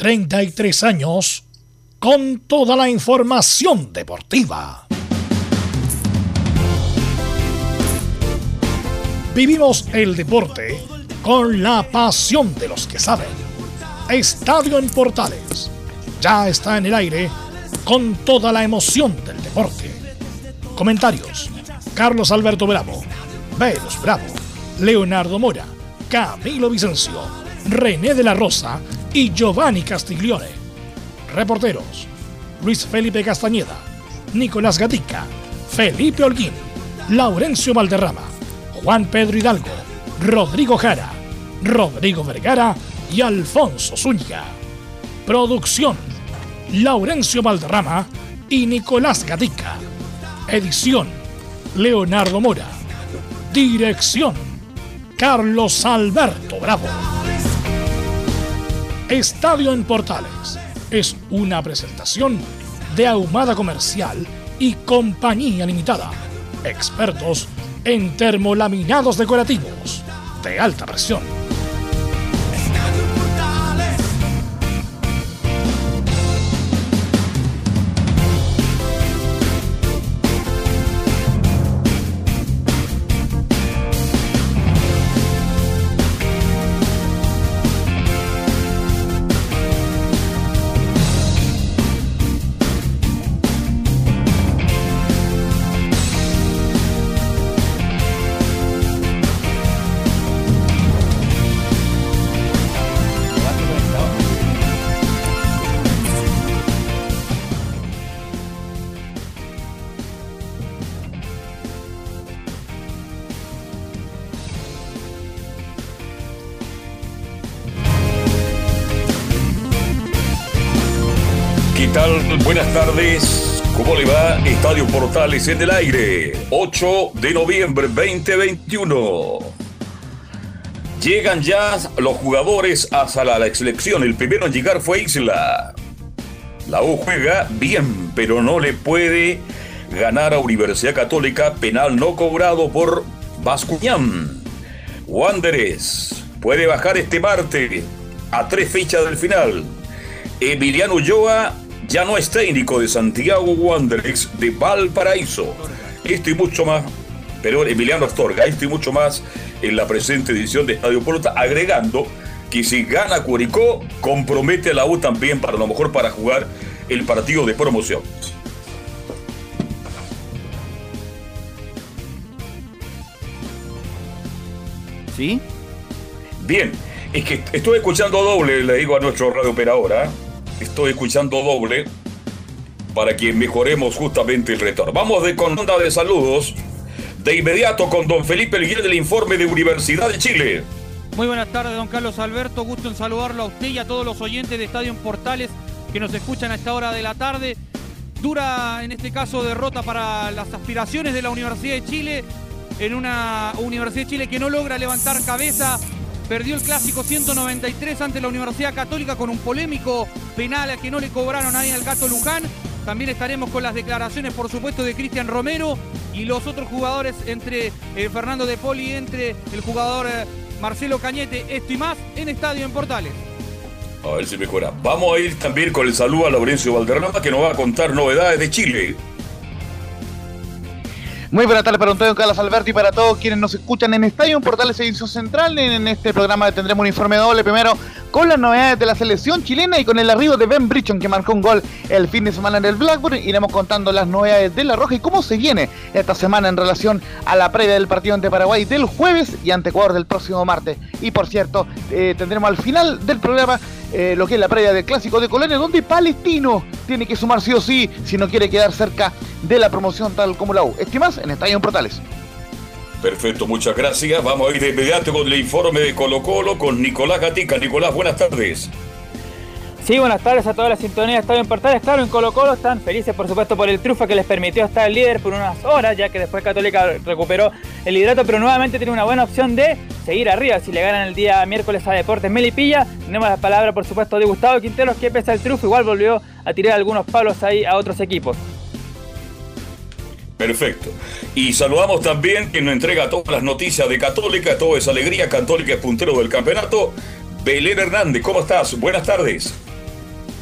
33 años con toda la información deportiva. Vivimos el deporte con la pasión de los que saben. Estadio en Portales ya está en el aire con toda la emoción del deporte. Comentarios: Carlos Alberto Bravo, Velus Bravo, Leonardo Mora, Camilo Vicencio, René de la Rosa y Giovanni Castiglione. Reporteros: Luis Felipe Castañeda, Nicolás Gatica, Felipe Holguín, Laurencio Valderrama, Juan Pedro Hidalgo, Rodrigo Jara, Rodrigo Vergara y Alfonso Zúñiga. Producción: Laurencio Valderrama y Nicolás Gatica. Edición: Leonardo Mora. Dirección: Carlos Alberto Bravo. Estadio en Portales es una presentación de Ahumada Comercial y Compañía Limitada, expertos en termolaminados decorativos de alta presión. ¿Qué tal? Buenas tardes. ¿Cómo le va? Estadio Portales en el aire. 8 de noviembre 2021. Llegan ya los jugadores hasta la selección. El primero en llegar fue Isla. La U juega bien, pero no le puede ganar a Universidad Católica. Penal no cobrado por Bascuñán. Wanderers puede bajar este martes a 3 fechas del final. Emiliano Ulloa ya no es técnico de Santiago Wanderers de Valparaíso. Esto y mucho más, pero Emiliano Astorga, esto y mucho más en la presente edición de Estadio Portales, agregando que si gana Curicó, compromete a la U también para lo mejor para jugar el partido de promoción. ¿Sí? Bien, es que estoy escuchando doble, le digo a nuestro radiooperador, ¿eh? Estoy escuchando doble para que mejoremos justamente el retorno. Vamos con ronda de saludos. De inmediato con don Felipe Elguier del informe de Universidad de Chile. Muy buenas tardes, don Carlos Alberto. Gusto en saludarlo a usted y a todos los oyentes de Estadio en Portales que nos escuchan a esta hora de la tarde. Dura, en este caso, derrota para las aspiraciones de la Universidad de Chile, en una Universidad de Chile que no logra levantar cabeza. Perdió el clásico 193 ante la Universidad Católica con un polémico penal a que no le cobraron ahí al Gato Luján. También estaremos con las declaraciones, por supuesto, de Cristian Romero y los otros jugadores, entre Fernando De Poli, entre el jugador Marcelo Cañete. Esto y más en Estadio en Portales. A ver si mejora. Vamos a ir también con el saludo a Laurencio Valderrama, que nos va a contar novedades de Chile. Muy buenas tardes para don Carlos Alberto y para todos quienes nos escuchan en Estadio Portales Edición Central. En este programa tendremos un informe doble, primero con las novedades de la selección chilena y con el arribo de Ben Brichon, que marcó un gol el fin de semana en el Blackburn. Iremos contando las novedades de La Roja y cómo se viene esta semana en relación a la previa del partido ante Paraguay del jueves y ante Ecuador del próximo martes. Y por cierto, tendremos al final del programa lo que es la previa del Clásico de Colonia, donde Palestino tiene que sumar sí o sí si no quiere quedar cerca de la promoción tal como la U. Estimas en Estadio Portales. Perfecto, muchas gracias. Vamos a ir de inmediato con el informe de Colo-Colo con Nicolás Gatica. Nicolás, buenas tardes. Sí, buenas tardes a toda la sintonía de Estadio en Portales. Claro, en Colo-Colo están felices, por supuesto, por el triunfo que les permitió estar líder por unas horas, ya que después Católica recuperó el liderato, pero nuevamente tiene una buena opción de seguir arriba. Si le ganan el día miércoles a Deportes Melipilla, tenemos la palabra, por supuesto, de Gustavo Quinteros, que pese al triunfo igual volvió a tirar algunos palos ahí a otros equipos. Perfecto. Y saludamos también quien nos entrega todas las noticias de Católica, toda esa alegría. Católica es puntero del campeonato. Belén Hernández, ¿cómo estás? Buenas tardes.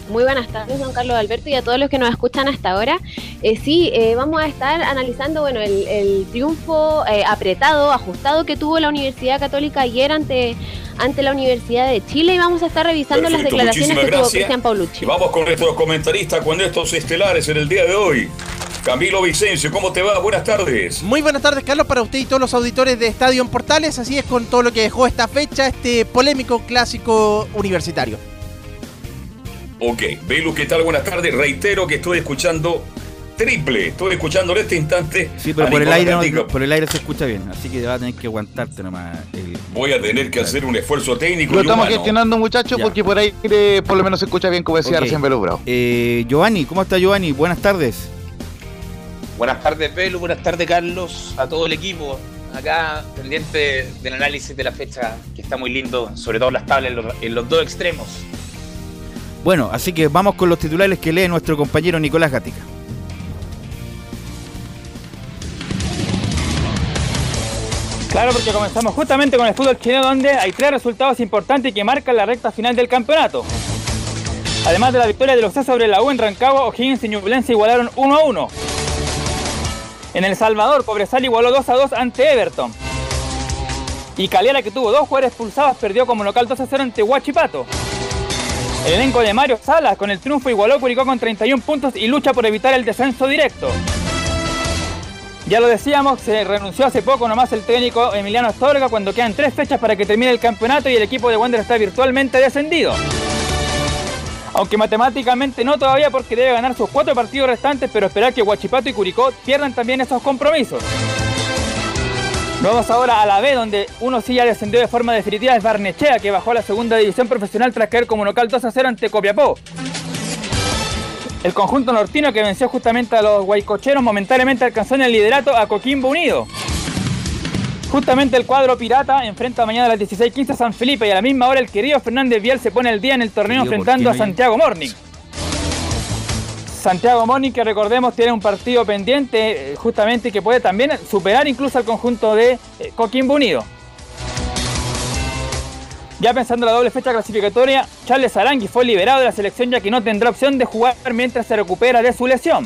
Muy buenas tardes, don Carlos Alberto, y a todos los que nos escuchan hasta ahora. Vamos a estar analizando el triunfo apretado, ajustado que tuvo la Universidad Católica ayer ante la Universidad de Chile, y vamos a estar revisando las declaraciones que tuvo Cristian Paulucci. Y vamos con nuestros comentaristas, con estos estelares en el día de hoy. Camilo Vicencio, ¿cómo te va? Buenas tardes. Muy buenas tardes, Carlos, para usted y todos los auditores de Estadio en Portales. Así es, con todo lo que dejó esta fecha, este polémico clásico universitario. Ok, Belu, ¿qué tal? Buenas tardes. Reitero que estoy escuchando triple. Estoy escuchando en este instante. Sí, pero por el aire se escucha bien, así que vas a tener que aguantarte nomás. Voy a tener que hacer un esfuerzo técnico. Lo estamos gestionando, muchachos, porque por ahí por lo menos se escucha bien, como decía recién Belu Bravo. Giovanni, ¿cómo está Giovanni? Buenas tardes. Buenas tardes, Belu, buenas tardes, Carlos, a todo el equipo. Acá, pendiente del análisis de la fecha, que está muy lindo, sobre todo las tablas en los dos extremos. Bueno, así que vamos con los titulares que lee nuestro compañero Nicolás Gatica. Claro, porque comenzamos justamente con el fútbol chileno, donde hay 3 resultados importantes que marcan la recta final del campeonato. Además de la victoria de los C sobre la U en Rancagua, O'Higgins y Ñublense igualaron 1-1. En El Salvador, Cobresal igualó 2-2 ante Everton. Y Calera, que tuvo 2 jugadores expulsados, perdió como local 2-0 ante Huachipato. El elenco de Mario Salas, con el triunfo, igualó Curicó con 31 puntos y lucha por evitar el descenso directo. Ya lo decíamos, se renunció hace poco nomás el técnico Emiliano Astorga, cuando quedan 3 fechas para que termine el campeonato y el equipo de Wander está virtualmente descendido. Aunque matemáticamente no todavía, porque debe ganar sus 4 partidos restantes, pero esperar que Huachipato y Curicó pierdan también esos compromisos. Vamos ahora a la B, donde uno sí ya descendió de forma definitiva, es Barnechea, que bajó a la segunda división profesional tras caer como local 2-0 ante Copiapó. El conjunto nortino, que venció justamente a los guaycocheros, momentáneamente alcanzó en el liderato a Coquimbo Unido. Justamente el cuadro pirata enfrenta mañana a las 16:15 a San Felipe, y a la misma hora el querido Fernández Vial se pone al día en el torneo enfrentando a Santiago Morning. Santiago Morning, que recordemos tiene un partido pendiente justamente, que puede también superar incluso al conjunto de Coquimbo Unido. Ya pensando en la doble fecha clasificatoria, Charles Arangui fue liberado de la selección, ya que no tendrá opción de jugar mientras se recupera de su lesión.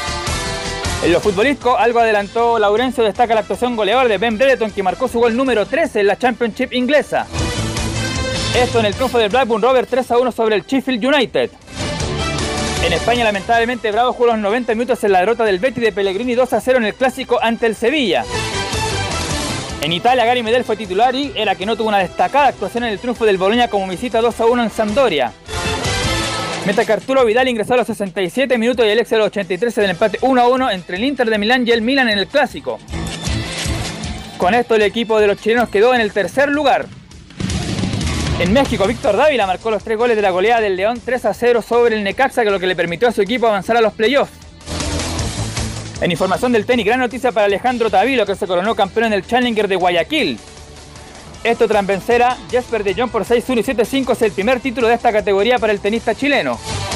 En lo futbolístico, algo adelantó Laurencio, destaca la actuación goleadora de Ben Brereton, que marcó su gol número 13 en la Championship inglesa. Esto en el triunfo del Blackburn Rovers 3-1 sobre el Sheffield United. En España, lamentablemente, Bravo jugó los 90 minutos en la derrota del Betis de Pellegrini 2-0 en el clásico ante el Sevilla. En Italia, Gary Medel fue titular y era que no tuvo una destacada actuación en el triunfo del Bologna como visita 2-1 en Sampdoria. Mientras que Arturo Vidal ingresó a los 67 minutos y Alexia a los 83 del empate 1-1 entre el Inter de Milán y el Milan en el clásico. Con esto el equipo de los chilenos quedó en el tercer lugar. En México, Víctor Dávila marcó los 3 goles de la goleada del León 3-0 sobre el Necaxa, que lo que le permitió a su equipo avanzar a los playoffs. En información del tenis, gran noticia para Alejandro Tavilo, que se coronó campeón en el Challenger de Guayaquil. Esto tras vencer a Jesper de Jong por 6-1 y 7-5, es el primer título de esta categoría para el tenista chileno.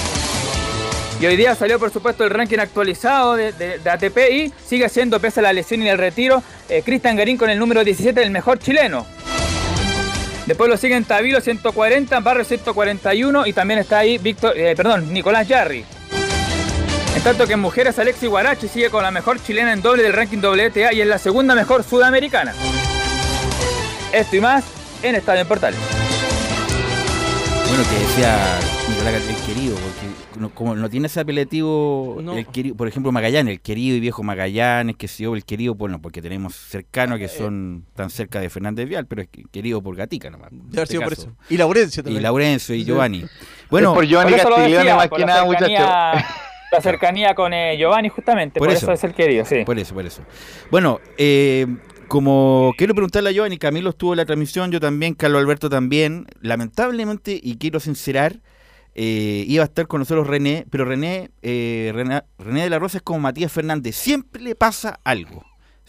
Y hoy día salió, por supuesto, el ranking actualizado de ATP y sigue siendo, pese a la lesión y el retiro, Cristian Garín con el número 17, el mejor chileno. Después lo siguen Tavilo 140, Barrio 141 y también está ahí Nicolás Jarry. En tanto que en mujeres, Alexi Guarachi sigue con la mejor chilena en doble del ranking WTA y es la segunda mejor sudamericana. Esto y más en Estadio en Portales. Bueno, que decía Nicolás, el querido, porque como no tiene ese apelativo, no. El querido, por ejemplo, Magallanes, el querido y viejo Magallanes, que se dio el querido, bueno, porque tenemos cercanos que son tan cerca de Fernández Vial, pero es querido por Gatica nomás. Debe haber sido por eso. Y Laurencio también. Y Laurencio y Giovanni. Bueno, es por Giovanni Castiglione más que nada, muchachos. La cercanía con Giovanni, justamente, por eso es el querido, sí. Por eso. Bueno, como quiero preguntarle a Giovanni, Camilo estuvo en la transmisión, yo también, Carlos Alberto también, lamentablemente, y quiero sincerar, iba a estar con nosotros René, pero René de la Rosa es como Matías Fernández, siempre le pasa algo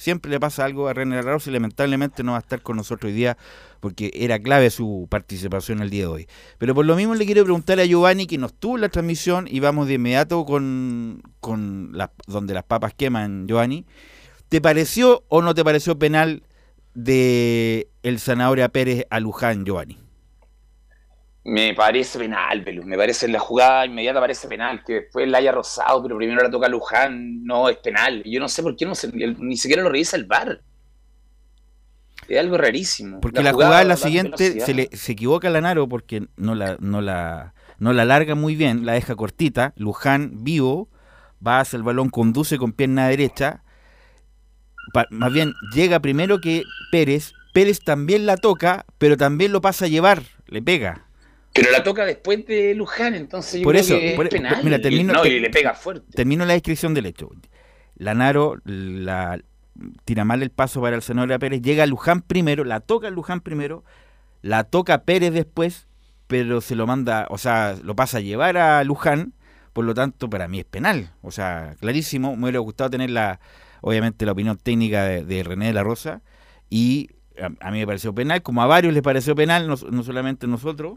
a René de la Rosa y lamentablemente no va a estar con nosotros hoy día porque era clave su participación el día de hoy. Pero por lo mismo le quiero preguntar a Giovanni, que no estuvo en la transmisión, y vamos de inmediato con donde las papas queman, Giovanni. ¿Te pareció o no te pareció penal de el Zanahoria Pérez a Luján, Giovanni? Me parece penal, Velus. Me parece en la jugada inmediata parece penal. Que después la haya rozado, pero primero la toca Luján. No, es penal. Yo no sé por qué ni siquiera lo revisa el VAR. Es algo rarísimo. Porque la jugada es la siguiente, se equivoca Lanaro porque no la larga muy bien, la deja cortita. Luján, vivo, va hacia el balón, conduce con pierna derecha. Más bien, llega primero que Pérez. Pérez también la toca, pero también lo pasa a llevar, le pega. Pero la toca después de Luján, entonces yo por creo eso, que es penal. Mira, y le pega fuerte. Termino la descripción del hecho. Lanaro tira mal el paso para el Zenobia Pérez, llega Luján primero, la toca Luján primero, la toca Pérez después, pero se lo manda, o sea, lo pasa a llevar a Luján, por lo tanto para mí es penal, o sea, clarísimo. Me hubiera gustado tener obviamente la opinión técnica de René de la Rosa, y a mí me pareció penal, como a varios les pareció penal, no solamente nosotros.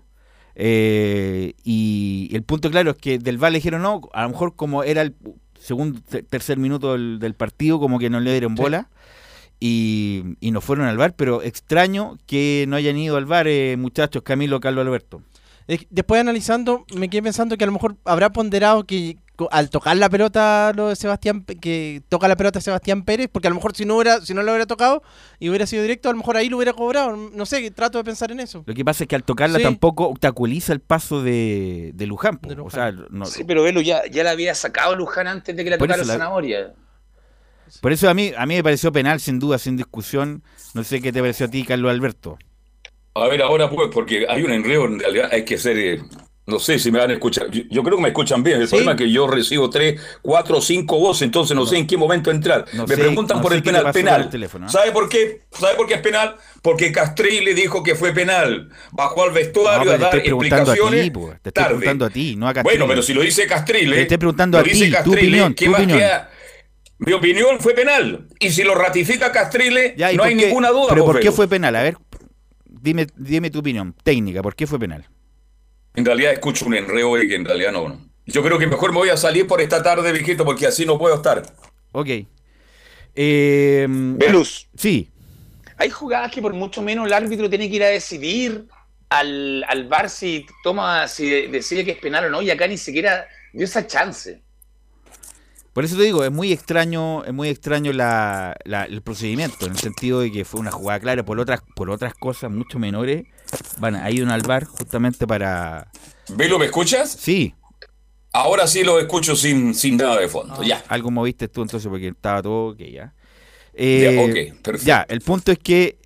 Y el punto claro es que del VAR le dijeron no, a lo mejor como era el segundo, tercer minuto del partido, como que no le dieron bola, y no fueron al VAR, pero extraño que no hayan ido al VAR, muchachos, Camilo, Carlos Alberto. Después analizando, me quedé pensando que a lo mejor habrá ponderado que al tocar la pelota lo de Sebastián, que toca la pelota Sebastián Pérez, porque a lo mejor si no lo hubiera tocado y hubiera sido directo, a lo mejor ahí lo hubiera cobrado. No sé, trato de pensar en eso. Lo que pasa es que al tocarla tampoco obstaculiza el paso de Luján. O sea, sí, pero Velo ya la había sacado Luján antes de que la tocara Zanahoria. Por eso a mí me pareció penal, sin duda, sin discusión. No sé qué te pareció a ti, Carlos Alberto. A ver, ahora pues, porque hay un enredo, en realidad hay que ser... no sé si me van a escuchar. Yo creo que me escuchan bien. El problema es que yo recibo 3, 4, 5 voces, entonces no sé en qué momento entrar. Me preguntan por el penal. ¿Sabe por qué? ¿Sabe por qué es penal? Porque Castrilli dijo que fue penal. Bajó al vestuario a dar explicaciones. Te estoy preguntando a ti, no a Castrilli. Bueno, pero si lo dice Castrilli. Te estoy preguntando a ti, tu opinión. Mi opinión fue penal. Y si lo ratifica Castrilli, no hay ninguna duda. ¿Pero por qué fue penal? A ver, dime tu opinión técnica. ¿Por qué fue penal? En realidad escucho un enreo y que en realidad no. Yo creo que mejor me voy a salir por esta tarde, viejito, porque así no puedo estar. Ok. Velus. Sí. Hay jugadas que por mucho menos el árbitro tiene que ir a decidir al VAR si decide que es penal o no, y acá ni siquiera dio esa chance. Por eso te digo, es muy extraño el procedimiento, en el sentido de que fue una jugada clara por otras cosas mucho menores. Van a ir al VAR justamente para... ¿Velo, me escuchas? Sí. Ahora sí lo escucho sin nada de fondo, ya. Algo moviste tú entonces porque estaba todo ok, ya. Ok, perfecto. Ya, el punto es que...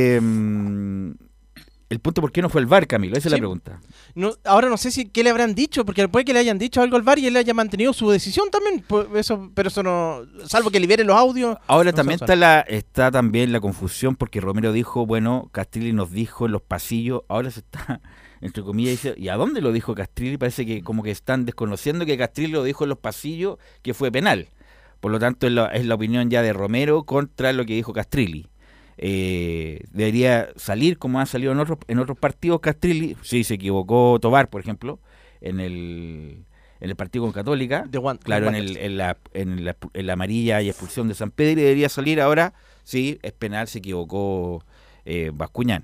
el punto por qué no fue el VAR, Camilo, esa es la pregunta. No, ahora no sé qué le habrán dicho, porque puede que le hayan dicho algo al VAR y él haya mantenido su decisión también, pero eso no, salvo que libere los audios. Ahora también está también la confusión, porque Romero dijo, bueno, Castrilli nos dijo en los pasillos, ahora se está, entre comillas, dice, ¿y a dónde lo dijo Castrilli? Parece que como que están desconociendo que Castrilli lo dijo en los pasillos, que fue penal. Por lo tanto, es la opinión ya de Romero contra lo que dijo Castrilli. Debería salir como ha salido en otros partidos Castrilli. Sí, se equivocó Tobar, por ejemplo, en el partido con Católica, claro, en la amarilla y expulsión de San Pedro, y debería salir ahora. Sí, es penal, se equivocó Bascuñán.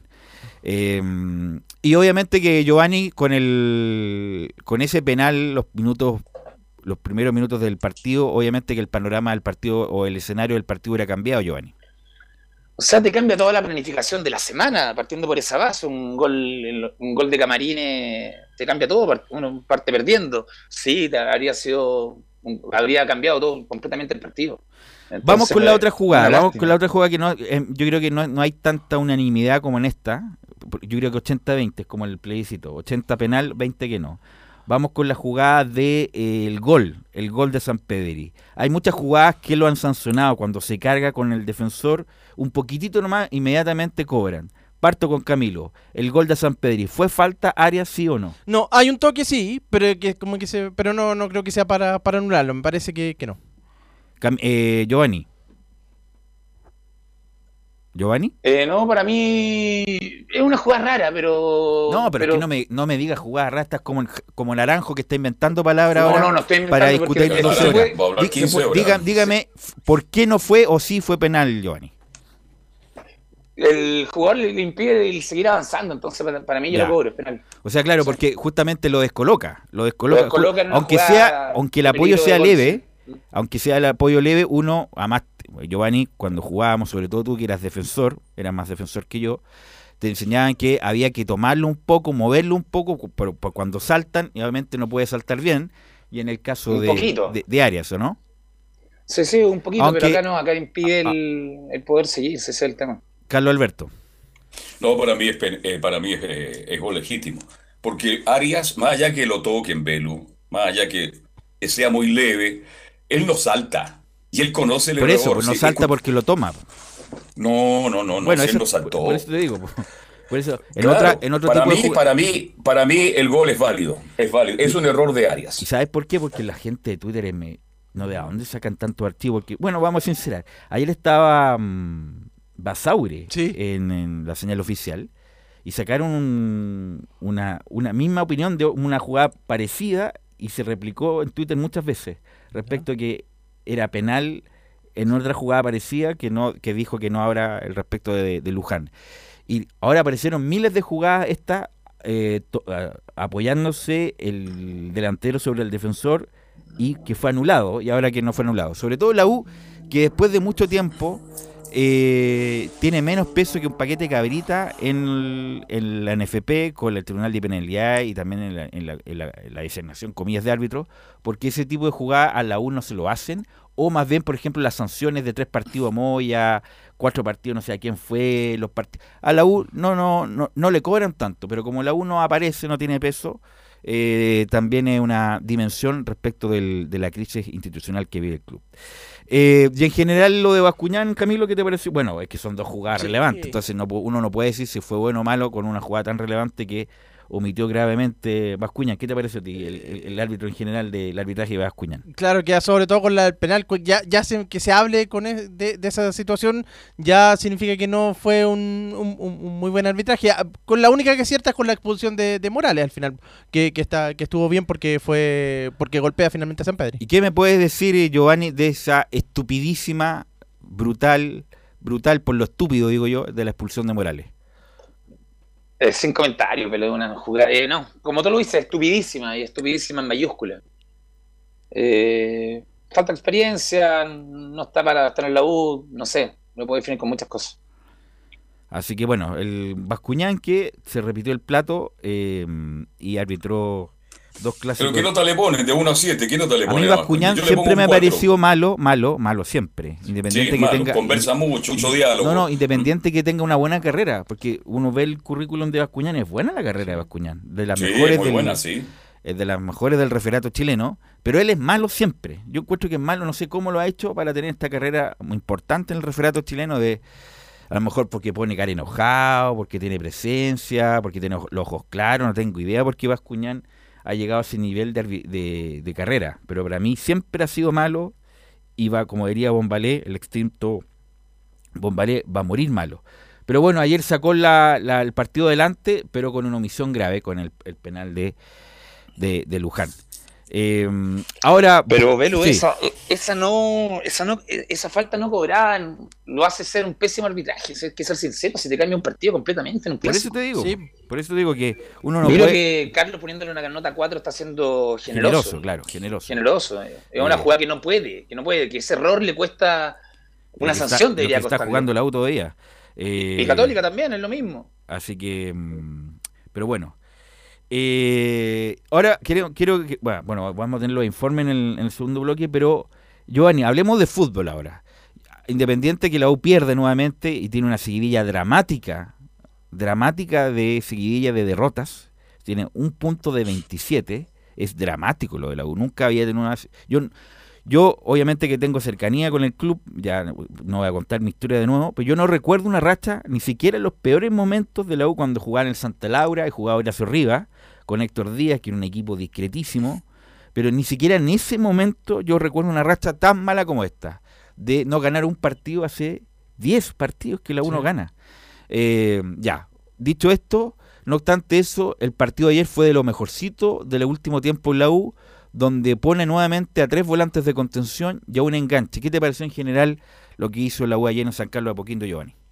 Y obviamente que Giovanni con ese penal, los primeros minutos del partido, obviamente que el panorama del partido o el escenario del partido hubiera cambiado, Giovanni. O sea, te cambia toda la planificación de la semana, partiendo por esa base. Un gol de Camarines te cambia todo, uno parte perdiendo. Sí, habría cambiado todo completamente el partido. Entonces, vamos con la otra jugada. Que no, yo creo que no hay tanta unanimidad como en esta. Yo creo que 80-20 es como el plebiscito. 80 penal, 20 que no. Vamos con la jugada el gol de San Pedri. Hay muchas jugadas que lo han sancionado cuando se carga con el defensor un poquitito nomás, inmediatamente cobran. Parto con Camilo. El gol de San Pedri, ¿fue falta, Arias, sí o no? No, hay un toque sí, pero pero no creo que sea para anularlo. Me parece que no. Giovanni. No, para mí es una jugada rara, pero... No, pero que no me digas jugada rara, estás como Naranjo que está inventando palabras ahora no estoy inventando para discutir 12 horas. Dígame, ¿por qué no fue o sí fue penal, Giovanni? el jugador le impide el seguir avanzando, entonces para mí yo Ya. lo cobro, es penal. O sea, claro, porque justamente lo descoloca. Lo descoloca en una aunque jugada aunque el de apoyo peligro sea de gol, leve, sí. aunque sea el apoyo leve, uno, además, Giovanni, cuando jugábamos, sobre todo tú que eras defensor, eras más defensor que yo, te enseñaban que había que tomarlo un poco, moverlo un poco, pero cuando saltan, y obviamente no puede saltar bien, y en el caso Un poquito. de Arias, ¿o no? Sí, un poquito, Aunque- pero acá no, acá impide el poder seguirse, ese es el tema. Carlos Alberto. No, para mí es gol legítimo. Porque Arias, más allá que lo toque en Velu, más allá que sea muy leve, él no salta. Y él conoce el Por error. eso, pues no Sí, salta porque lo toma. No, Bueno, si él eso, no saltó. por eso te digo. Por eso, Claro, en otro para tipo mí, de jugadas. para mí el gol es válido. Es válido. Es un error de ¿Y Arias. sabes por qué? Porque la gente de Twitter no de a dónde sacan tanto archivo. Porque, bueno, vamos a sincerar. Ayer estaba Basaure Sí. en la señal oficial y sacaron una misma opinión de una jugada parecida y se replicó en Twitter muchas veces respecto a que era penal en otra jugada parecida que dijo que no habrá el respecto de Luján. Y ahora aparecieron miles de jugadas apoyándose el delantero sobre el defensor y que fue anulado, y ahora que no fue anulado. Sobre todo la U, que después de mucho tiempo tiene menos peso que un paquete de cabrita en la NFP, con el Tribunal de Penalidad y también en la designación, comillas, de árbitro, porque ese tipo de jugada a la U no se lo hacen, o más bien, por ejemplo, las sanciones de 3 partidos a Moya, 4 partidos, no sé a quién fue, a la U no le cobran tanto, pero como la U no aparece, no tiene peso, también es una dimensión respecto de la crisis institucional que vive el club. Y en general lo de Bascuñán, Camilo, ¿qué te pareció? Bueno, es que son dos jugadas relevantes, entonces uno no puede decir si fue bueno o malo con una jugada tan relevante que omitió gravemente Bascuñán. ¿Qué te pareció a ti el árbitro en general del arbitraje de Bascuñán? Claro, que sobre todo con el penal, que se hable de esa situación, ya significa que no fue un muy buen arbitraje. Con la única que es cierta es con la expulsión de Morales al final, que estuvo bien porque golpea finalmente a San Pedro. ¿Y qué me puedes decir, Giovanni, de esa estupidísima, brutal por lo estúpido, digo yo, de la expulsión de Morales? Sin comentarios, pero es una jugada. No, como tú lo dices, estupidísima, y estupidísima en mayúscula. Falta experiencia, no está para estar en la U, no sé, lo puedo definir con muchas cosas. Así que bueno, el Bascuñán que se repitió el plato y arbitró 2 clásicos. ¿Pero qué nota le ponen? De 1 a 7, ¿qué nota le A ponen? mí Bascuñán Yo le siempre pongo me ha un 4. parecido malo siempre. Independiente Sí, que malo, tenga. conversa mucho diálogo. No, independiente que tenga una buena carrera, porque uno ve el currículum de Bascuñán, es buena la carrera de Bascuñán, de las Sí, mejores muy buena, sí. es de las mejores del referato chileno, pero él es malo siempre. Yo encuentro que es malo, no sé cómo lo ha hecho para tener esta carrera muy importante en el referato chileno a lo mejor porque pone cara enojado, porque tiene presencia, porque tiene los ojos claros, no tengo idea por qué Bascuñán ha llegado a ese nivel de carrera, pero para mí siempre ha sido malo y va, como diría Bombalé, el extinto Bombalé, va a morir malo. Pero bueno, ayer sacó el partido adelante, pero con una omisión grave, con el penal de Luján. Ahora, Pero Velu, sí. esa falta no cobrada lo hace ser un pésimo arbitraje. Hay que ser sincero, si te cambia un partido completamente en un Por eso clásico. te digo, Sí. por eso digo que uno no Yo creo puede... que Carlos poniéndole una nota 4 está siendo generoso. Generoso. Generoso. Es una jugada que no puede, que ese error le cuesta una sanción, debería Lo que está costarle. jugando la U todavía. Y Católica también, es lo mismo. Así que, pero bueno. Ahora quiero que, bueno, vamos a tener los informes en el segundo bloque, pero Giovanni, hablemos de fútbol ahora. Independiente que la U pierde nuevamente y tiene una seguidilla dramática de seguidilla de derrotas, tiene un punto de 27, es dramático lo de la U, nunca había tenido una... Yo obviamente que tengo cercanía con el club, ya no voy a contar mi historia de nuevo, pero yo no recuerdo una racha, ni siquiera en los peores momentos de la U cuando jugaba en el Santa Laura y jugaba Horacio Rivas, con Héctor Díaz, que era un equipo discretísimo, pero ni siquiera en ese momento yo recuerdo una racha tan mala como esta, de no ganar un partido hace 10 partidos que la U no gana. Ya, dicho esto, no obstante eso, el partido de ayer fue de lo mejorcito del último tiempo en la U, donde pone nuevamente a 3 volantes de contención y a un enganche. ¿Qué te pareció en general lo que hizo la U ayer en San Carlos de Apoquindo, Giovanni?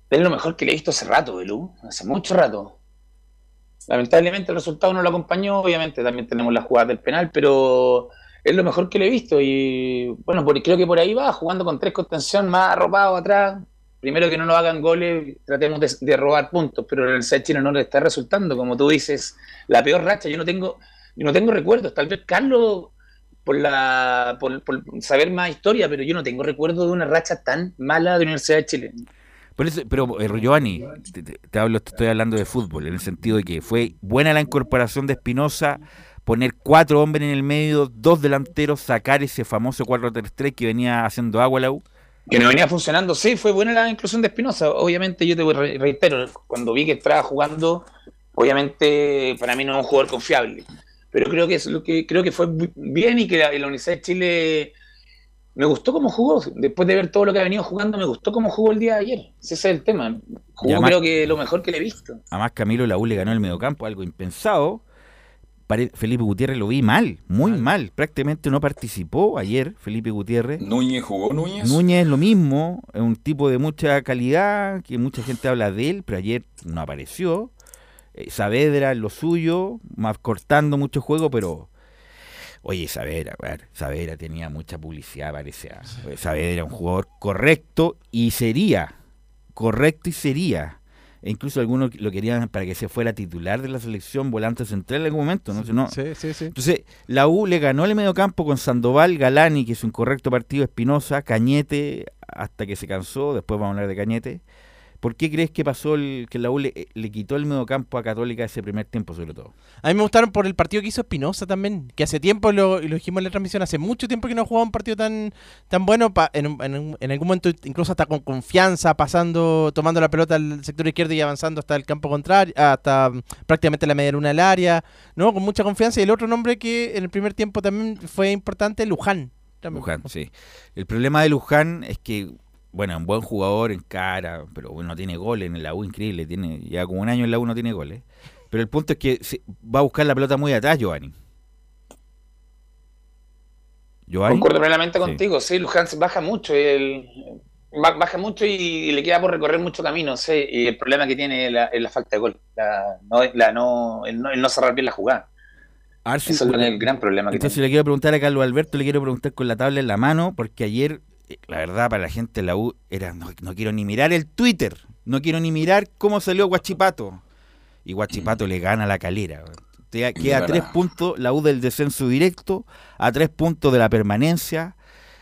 Es lo mejor que le he visto hace rato, Belú, hace mucho rato. Lamentablemente el resultado no lo acompañó, obviamente también tenemos la jugada del penal, pero es lo mejor que le he visto y bueno, creo que por ahí va, jugando con 3 contención más arropado atrás. Primero que no nos hagan goles, tratemos de robar puntos, pero en el Universidad de Chile no le está resultando, como tú dices, la peor racha. Yo no tengo recuerdos, tal vez Carlos por saber más historia, pero yo no tengo recuerdo de una racha tan mala de la Universidad de Chile. Por eso, pero Giovanni, te estoy hablando de fútbol, en el sentido de que fue buena la incorporación de Espinosa, poner 4 hombres en el medio, 2 delanteros, sacar ese famoso 4-3-3 que venía haciendo agua la U. Que no venía funcionando, sí, fue buena la inclusión de Espinosa. Obviamente, yo te reitero, cuando vi que estaba jugando, obviamente para mí no es un jugador confiable. Pero creo que fue bien y que la Universidad de Chile me gustó cómo jugó. Después de ver todo lo que ha venido jugando, me gustó cómo jugó el día de ayer. Ese es el tema. Jugó, además, creo que lo mejor que le he visto. Además, Camilo, la U le ganó el mediocampo, algo impensado. Felipe Gutiérrez lo vi mal, muy mal. Prácticamente no participó ayer Felipe Gutiérrez. ¿Núñez jugó? ¿Núñez? Núñez es lo mismo, es un tipo de mucha calidad, que mucha gente habla de él, pero ayer no apareció. Saavedra es lo suyo, más cortando mucho juego, pero... Oye, Saavedra tenía mucha publicidad, parecía. Saavedra era un jugador correcto y sería. E incluso algunos lo querían para que se fuera titular de la selección, volante central en algún momento, ¿no? Sí. Entonces, la U le ganó el mediocampo con Sandoval, Galani, que es un correcto partido, Espinosa, Cañete, hasta que se cansó, después vamos a hablar de Cañete. ¿Por qué crees que pasó que la U le quitó el mediocampo a Católica ese primer tiempo, sobre todo? A mí me gustaron por el partido que hizo Espinosa también, que hace tiempo, lo dijimos en la transmisión, hace mucho tiempo que no jugaba un partido tan bueno, en algún momento incluso hasta con confianza, tomando la pelota al sector izquierdo y avanzando hasta el campo contrario, hasta prácticamente la media luna del área, ¿no? Con mucha confianza. Y el otro nombre que en el primer tiempo también fue importante, Luján. Luján, sí. El problema de Luján es que, bueno, un buen jugador en cara, pero bueno, no tiene goles en la U, increíble, ya como un año en la U no tiene goles. Pero el punto es que va a buscar la pelota muy atrás, Giovanni. Concuerdo plenamente contigo, sí, Luján baja mucho, baja mucho y le queda por recorrer mucho camino, sí, y el problema que tiene es la falta de gol, el no cerrar bien la jugada. Eso es el gran problema que tiene. Entonces le quiero preguntar a Carlos Alberto, le quiero preguntar con la tabla en la mano, porque ayer... La verdad, para la gente de la U, no quiero ni mirar el Twitter, no quiero ni mirar cómo salió Huachipato. Y Huachipato le gana a La Calera. Queda a 3 puntos la U del descenso directo, a 3 puntos de la permanencia.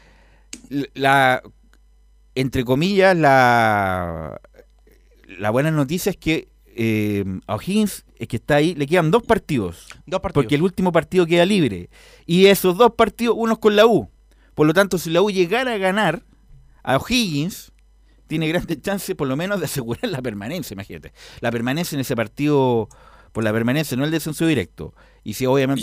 Entre comillas, la buena noticia es que a O'Higgins, que está ahí, le quedan 2 partidos. Porque el último partido queda libre. Y esos 2 partidos, unos con la U. Por lo tanto, si la U llegara a ganar a O'Higgins, tiene grandes chances por lo menos de asegurar la permanencia, imagínate. La permanencia en ese partido, por la permanencia, no el descenso directo. Y si obviamente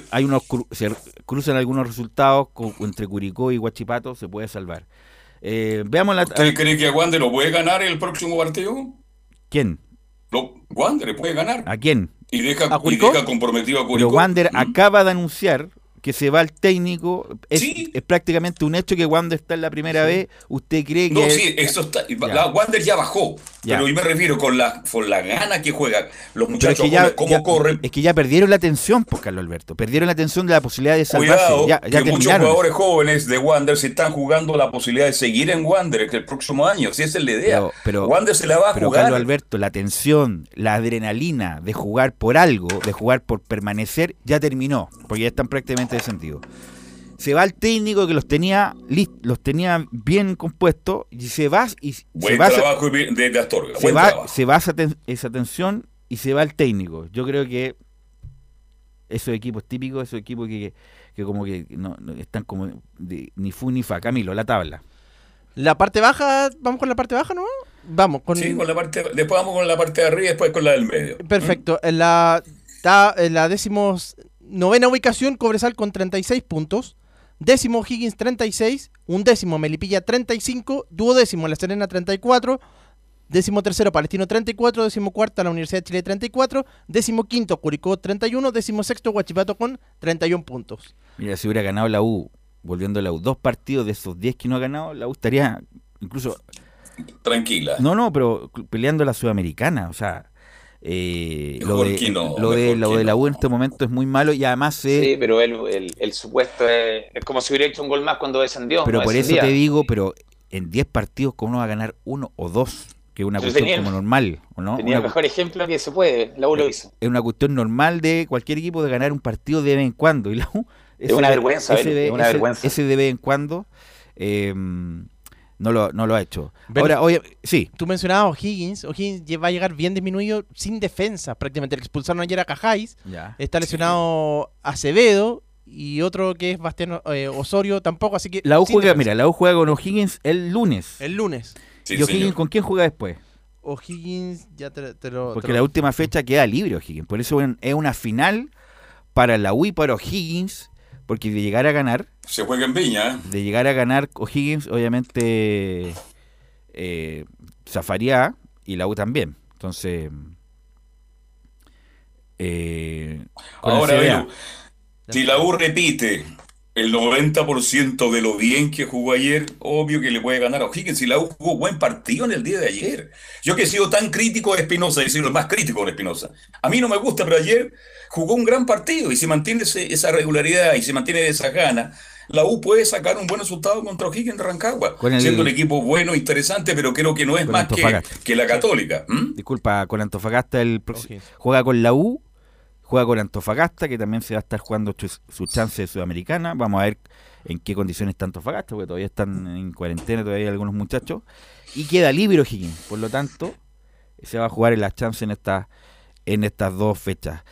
se cruzan algunos resultados entre Curicó y Huachipato, se puede salvar. Veamos ¿Usted cree que Wander lo puede ganar el próximo partido? ¿Quién? Wander puede ganar. ¿A quién? Y deja comprometido a Curicó. Pero Wander acaba de anunciar que se va al técnico, es prácticamente un hecho que Wander está en la primera vez. ¿Usted cree que...? No, sí, eso está. La Wander ya bajó, pero yo me refiero con la gana que juega los muchachos, cómo corren. Es que ya perdieron la atención, pues, Carlos Alberto. Perdieron la atención de la posibilidad de salvarse. Cuidado, ya que muchos terminaron. jugadores jóvenes de Wander se están jugando la posibilidad de seguir en Wander el próximo año, si esa es la idea. Pero Wander se la va a pero jugar. Carlos Alberto, la tensión, la adrenalina de jugar por algo, de jugar por permanecer, ya terminó, porque ya están prácticamente descendidos. Se va el técnico que los tenía bien compuestos y se va trabajo de Astorga. Se va esa tensión y se va el técnico. Yo creo que esos equipos típicos, esos equipos que como que no están como ni fu ni fa. Camilo, la tabla. La parte baja, ¿vamos con la parte baja, no? Vamos con... Sí, con la parte, después vamos con la parte de arriba y después con la del medio. Perfecto. Está en la 19ª ubicación, Cobresal con 36 puntos. 10º Higgins 36, 11º Melipilla 35, 12º La Serena 34, 13º Palestino 34, 14º la Universidad de Chile 34, 15º Curicó 31, 16º Huachipato con 31 puntos. Mira, si hubiera ganado la U, volviendo a la U, 2 partidos de esos 10 que no ha ganado, la U estaría incluso tranquila. No, pero peleando la Sudamericana, o sea, lo de la U en este momento es muy malo y además Sí, pero el supuesto es como si hubiera hecho un gol más cuando descendió. Pero no por eso descendía. te digo, pero en 10 partidos, ¿cómo uno va a ganar 1 o 2? Que es una Yo cuestión tenía- como normal, ¿o no? Tenía el mejor ejemplo que se puede. La U lo hizo. Es una cuestión normal de cualquier equipo de ganar un partido de vez en cuando. Y la U, Es una vergüenza, es una vergüenza. ese de vez en cuando no lo ha hecho. Pero- Ahora, oye, sí, Tú mencionabas a O'Higgins. O'Higgins va a llegar bien disminuido, sin defensa prácticamente. Le expulsaron ayer a Cajáis. ya. Está lesionado Acevedo. Y otro que es Bastián Osorio tampoco, así que... La U sin juega, defensa. mira, la U juega con O'Higgins el lunes. El lunes. Sí, ¿Y O'Higgins señor. con quién juega después? O'Higgins, ya te lo... Porque la última fecha queda libre O'Higgins. Por eso es una final para la U y para O'Higgins. Porque de llegar a ganar, Se juega en Viña. O'Higgins, obviamente zafaría y la U también. Entonces, con Ahora, esa idea. Belu, si la U repite el 90% de lo bien que jugó ayer, obvio que le puede ganar a O'Higgins. Si la U jugó buen partido en el día de ayer. Yo que he sido tan crítico de Espinosa, he sido el más crítico de Espinosa. A mí no me gusta, pero ayer jugó un gran partido y se mantiene esa regularidad y se mantiene esa gana. La U puede sacar un buen resultado contra O'Higgins de Rancagua, Con el- siendo un equipo bueno, interesante, pero creo que no es Con más que Antofagasta. la Católica. ¿Mm? Disculpa, con Antofagasta O'Higgins. juega con la U, juega con Antofagasta, que también se va a estar jugando su chance de Sudamericana. Vamos a ver en qué condiciones está Antofagasta, porque todavía están en cuarentena todavía algunos muchachos. Y queda libre O'Higgins, por lo tanto, se va a jugar en las chances en estas 2 fechas.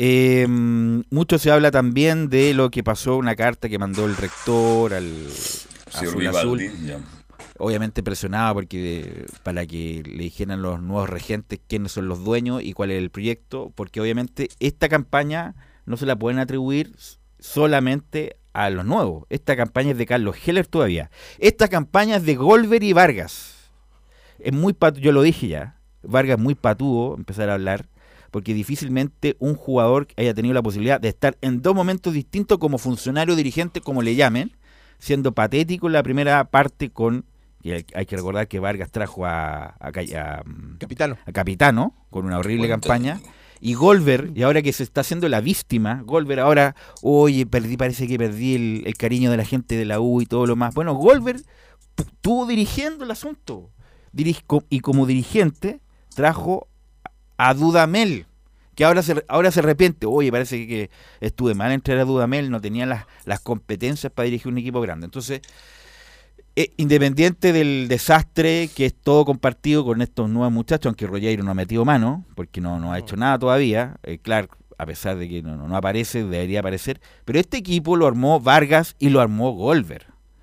Mucho se habla también de lo que pasó, una carta que mandó el rector al Señor Azul, Vivaldi, ya. obviamente presionado porque para que le dijeran los nuevos regentes quiénes son los dueños y cuál es el proyecto, porque obviamente esta campaña no se la pueden atribuir solamente a los nuevos. Esta campaña es de Carlos Heller todavía. Esta campaña es de Golver y Vargas. Es muy yo lo dije ya. Vargas es muy patudo empezar a hablar, porque difícilmente un jugador haya tenido la posibilidad de estar en 2 momentos distintos como funcionario dirigente, como le llamen, siendo patético en la primera parte y hay que recordar que Vargas trajo a Capitano. Capitano con una horrible Buen campaña. técnico. Y Golver, y ahora que se está haciendo la víctima, Golver ahora, oye, parece que perdí el cariño de la gente de la U y todo lo más. Bueno, Golver estuvo dirigiendo el asunto. Y como dirigente trajo a Dudamel, que ahora se arrepiente. Oye, parece que estuve mal en traer a Dudamel, no tenía las competencias para dirigir un equipo grande. Entonces, independiente del desastre que es todo compartido con estos nuevos muchachos, aunque Rollero no ha metido mano, porque no ha hecho nada todavía, Clark, a pesar de que no aparece, debería aparecer, pero este equipo lo armó Vargas y lo armó Golver.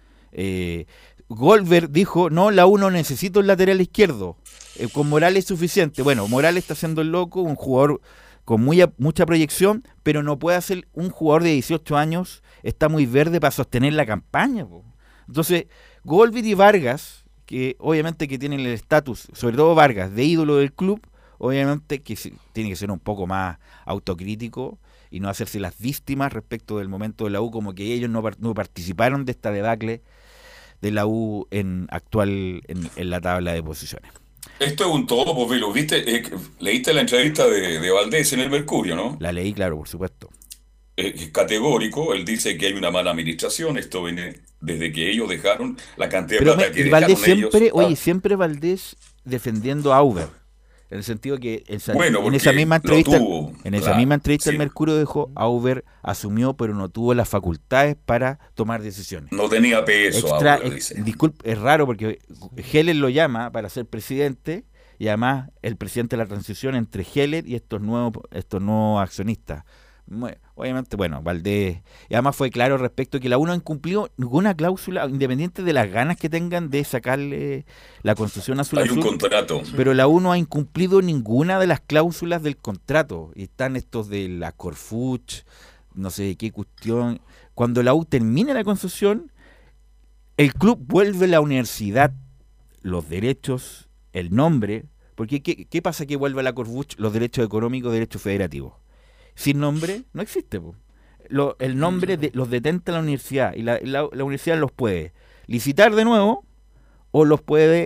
Golver dijo, no, la U no necesita un lateral izquierdo, con Morales es suficiente. Bueno, Morales está haciendo el loco, un jugador con mucha proyección, pero no puede ser un jugador de 18 años, está muy verde para sostener la campaña, po. Entonces, Golver y Vargas, que obviamente que tienen el estatus, sobre todo Vargas, de ídolo del club, obviamente que tiene que ser un poco más autocrítico y no hacerse las víctimas respecto del momento de la U, como que ellos no participaron de esta debacle de la U en la tabla de posiciones. Esto es un todo, pues, Velo, ¿viste? Leíste la entrevista de Valdés en el Mercurio, ¿no? La leí, claro, por supuesto. Es categórico, él dice que hay una mala administración, esto viene desde que ellos dejaron la cantidad de Pero plata que y Valdés dejaron ellos. siempre Valdés defendiendo a Auber. En el sentido que Bueno, en porque esa misma lo entrevista, tuvo, el sí. Mercurio dijo, Auber asumió, pero no tuvo las facultades para tomar decisiones. No tenía peso, ahora, dice. Disculpe, es raro porque Heller lo llama para ser presidente y además el presidente de la transición entre Heller y estos nuevos accionistas. Obviamente, bueno, Valdés, y además fue claro respecto a que la U no ha incumplido ninguna cláusula, independiente de las ganas que tengan de sacarle la concesión azul Hay un azul, contrato. pero la U no ha incumplido ninguna de las cláusulas del contrato. Y están estos de la Corfuch, no sé de qué cuestión. Cuando la U termine la concesión, el club vuelve a la universidad, los derechos, el nombre, porque ¿qué pasa que vuelve a la Corfuch? Los derechos económicos, derechos federativos. Sin nombre no existe, po. El nombre los detenta la universidad y la universidad los puede licitar de nuevo o los puede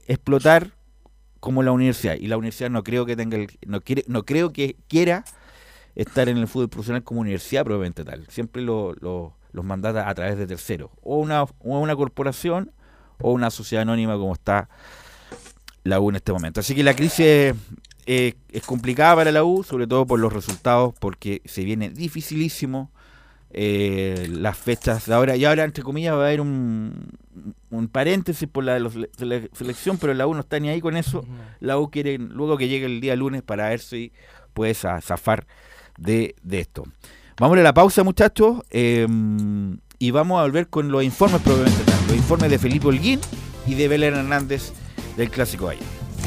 explotar como la universidad. Y la universidad no creo que no creo que quiera estar en el fútbol profesional como universidad probablemente tal. Siempre los mandata a través de terceros. O una corporación o una sociedad anónima como está la U en este momento. Así que la crisis es complicada para la U, sobre todo por los resultados, porque se viene dificilísimo las fechas de ahora. Y ahora, entre comillas, va a haber un paréntesis por la selección, pero la U no está ni ahí con eso. La U quiere, luego que llegue el día lunes, para ver si puede zafar de esto. Vamos a la pausa, muchachos, y vamos a volver con los informes probablemente tal. Los informes de Felipe Holguín y de Belén Hernández del Clásico Valle.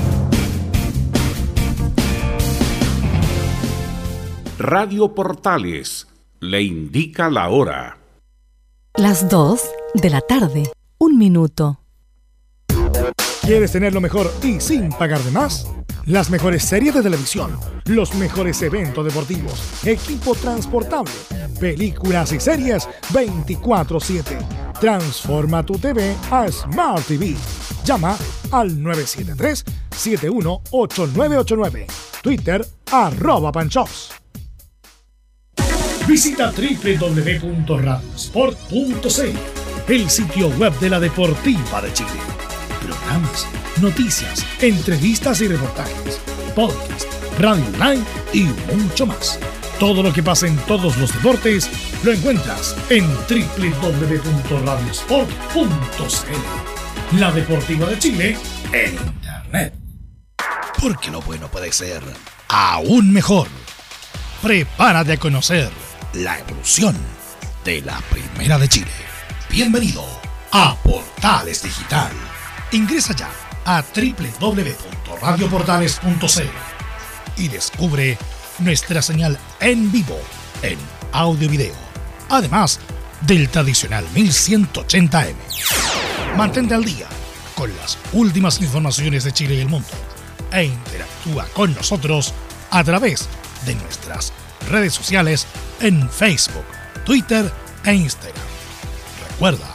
Radio Portales le indica la hora. Las 2 de la tarde, 1 minuto. ¿Quieres tener lo mejor y sin pagar de más? Las mejores series de televisión, los mejores eventos deportivos, equipo transportable, películas y series 24/7. Transforma tu TV a Smart TV. Llama al 973-718989. Twitter @Panchops. Visita www.radiosport.cl, el sitio web de la Deportiva de Chile. Programas, noticias, entrevistas y reportajes, podcast, radio online y mucho más. Todo lo que pasa en todos los deportes lo encuentras en www.radiosport.cl. La Deportiva de Chile en Internet. Porque lo bueno puede ser aún mejor. Prepárate a conocer la evolución de la Primera de Chile. Bienvenido a Portales Digital. Ingresa ya a www.radioportales.cl y descubre nuestra señal en vivo, en audio y video, además del tradicional 1180M. Mantente al día con las últimas informaciones de Chile y el mundo e interactúa con nosotros a través de nuestras redes sociales en Facebook, Twitter e Instagram. Recuerda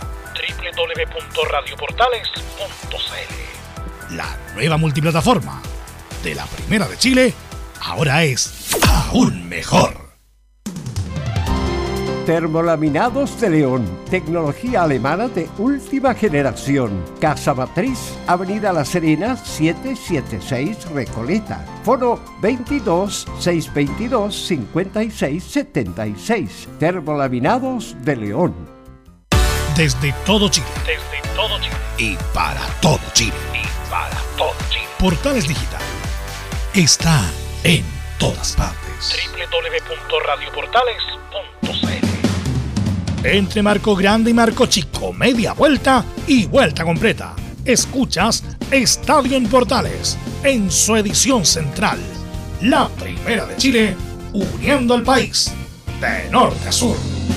www.radioportales.cl. La nueva multiplataforma de la Primera de Chile ahora es aún mejor. Termolaminados de León, tecnología alemana de última generación. Casa Matriz, Avenida La Serena, 776 Recoleta. Foro 22 622 5676. Termolaminados de León. Desde todo Chile. Y para todo Chile. Portales Digital está en todas partes. www.radioportales.cl. Entre marco grande y marco chico, media vuelta y vuelta completa. Escuchas Estadio en Portales en su edición central. La Primera de Chile, uniendo al país de norte a sur.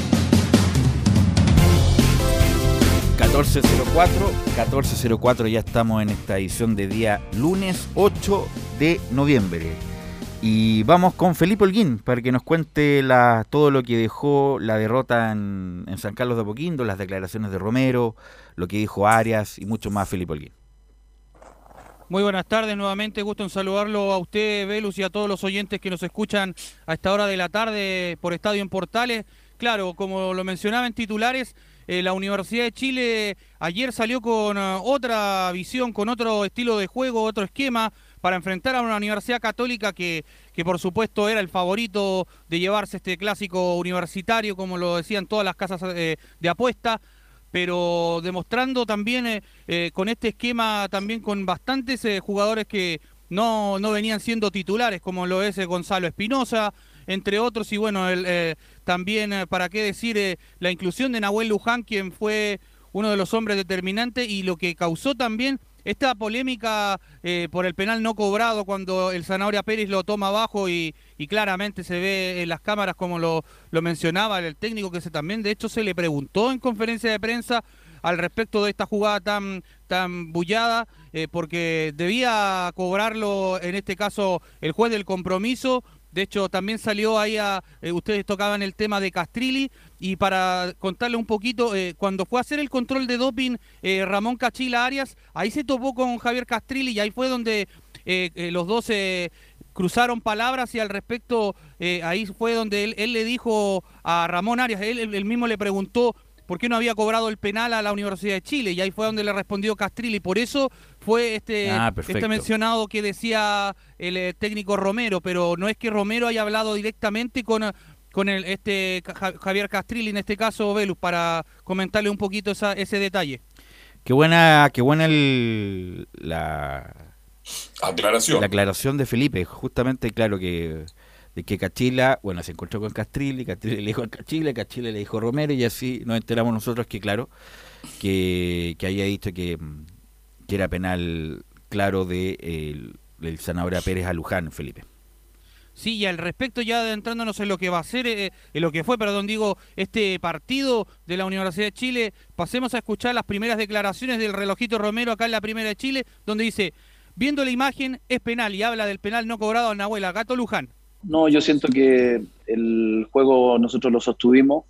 14:04, ya estamos en esta edición de día lunes 8 de noviembre. Y vamos con Felipe Holguín para que nos cuente todo lo que dejó la derrota en San Carlos de Apoquindo, las declaraciones de Romero, lo que dijo Arias y mucho más. Felipe Holguín. Muy buenas tardes nuevamente, gusto en saludarlo a usted, Velus, y a todos los oyentes que nos escuchan a esta hora de la tarde por Estadio en Portales. Claro, como lo mencionaba en titulares, la Universidad de Chile ayer salió con otra visión, con otro estilo de juego, otro esquema, para enfrentar a una Universidad Católica que por supuesto era el favorito de llevarse este clásico universitario, como lo decían todas las casas de apuesta, pero demostrando también con este esquema, también con bastantes jugadores que no venían siendo titulares, como lo es Gonzalo Espinosa, entre otros, y bueno, también, para qué decir, la inclusión de Nahuel Luján, quien fue uno de los hombres determinantes, y lo que causó también esta polémica por el penal no cobrado cuando el Zanahoria Pérez lo toma abajo y claramente se ve en las cámaras, como lo mencionaba el técnico, que también de hecho se le preguntó en conferencia de prensa al respecto de esta jugada tan bullada, porque debía cobrarlo en este caso el juez del compromiso. De hecho, también salió ahí ustedes tocaban el tema de Castrilli, Y para contarle un poquito, cuando fue a hacer el control de doping Ramón Cachila Arias, ahí se topó con Javier Castrilli y ahí fue donde los dos cruzaron palabras y al respecto, ahí fue donde él le dijo a Ramón Arias, él mismo le preguntó por qué no había cobrado el penal a la Universidad de Chile y ahí fue donde le respondió Castrilli. Por eso fue este mencionado que decía el técnico Romero, pero no es que Romero haya hablado directamente con Javier Castrilli, en este caso Velus, para comentarle un poquito ese detalle. Qué buena la aclaración de Felipe, justamente, claro, de que Cachila, bueno, se encontró con Castrilli, Castrilli le dijo a Cachila, Cachila le dijo a Romero, y así nos enteramos nosotros que, claro, que había dicho que era penal, claro, de el Zanahoria Pérez a Luján, Felipe. Sí, y al respecto, ya adentrándonos en lo que va a ser, en lo que fue, este partido de la Universidad de Chile, pasemos a escuchar las primeras declaraciones del Relojito Romero acá en la Primera de Chile, donde dice: viendo la imagen, es penal, y habla del penal no cobrado a Nahuel Gato Luján. No, yo siento que el juego nosotros lo sostuvimos.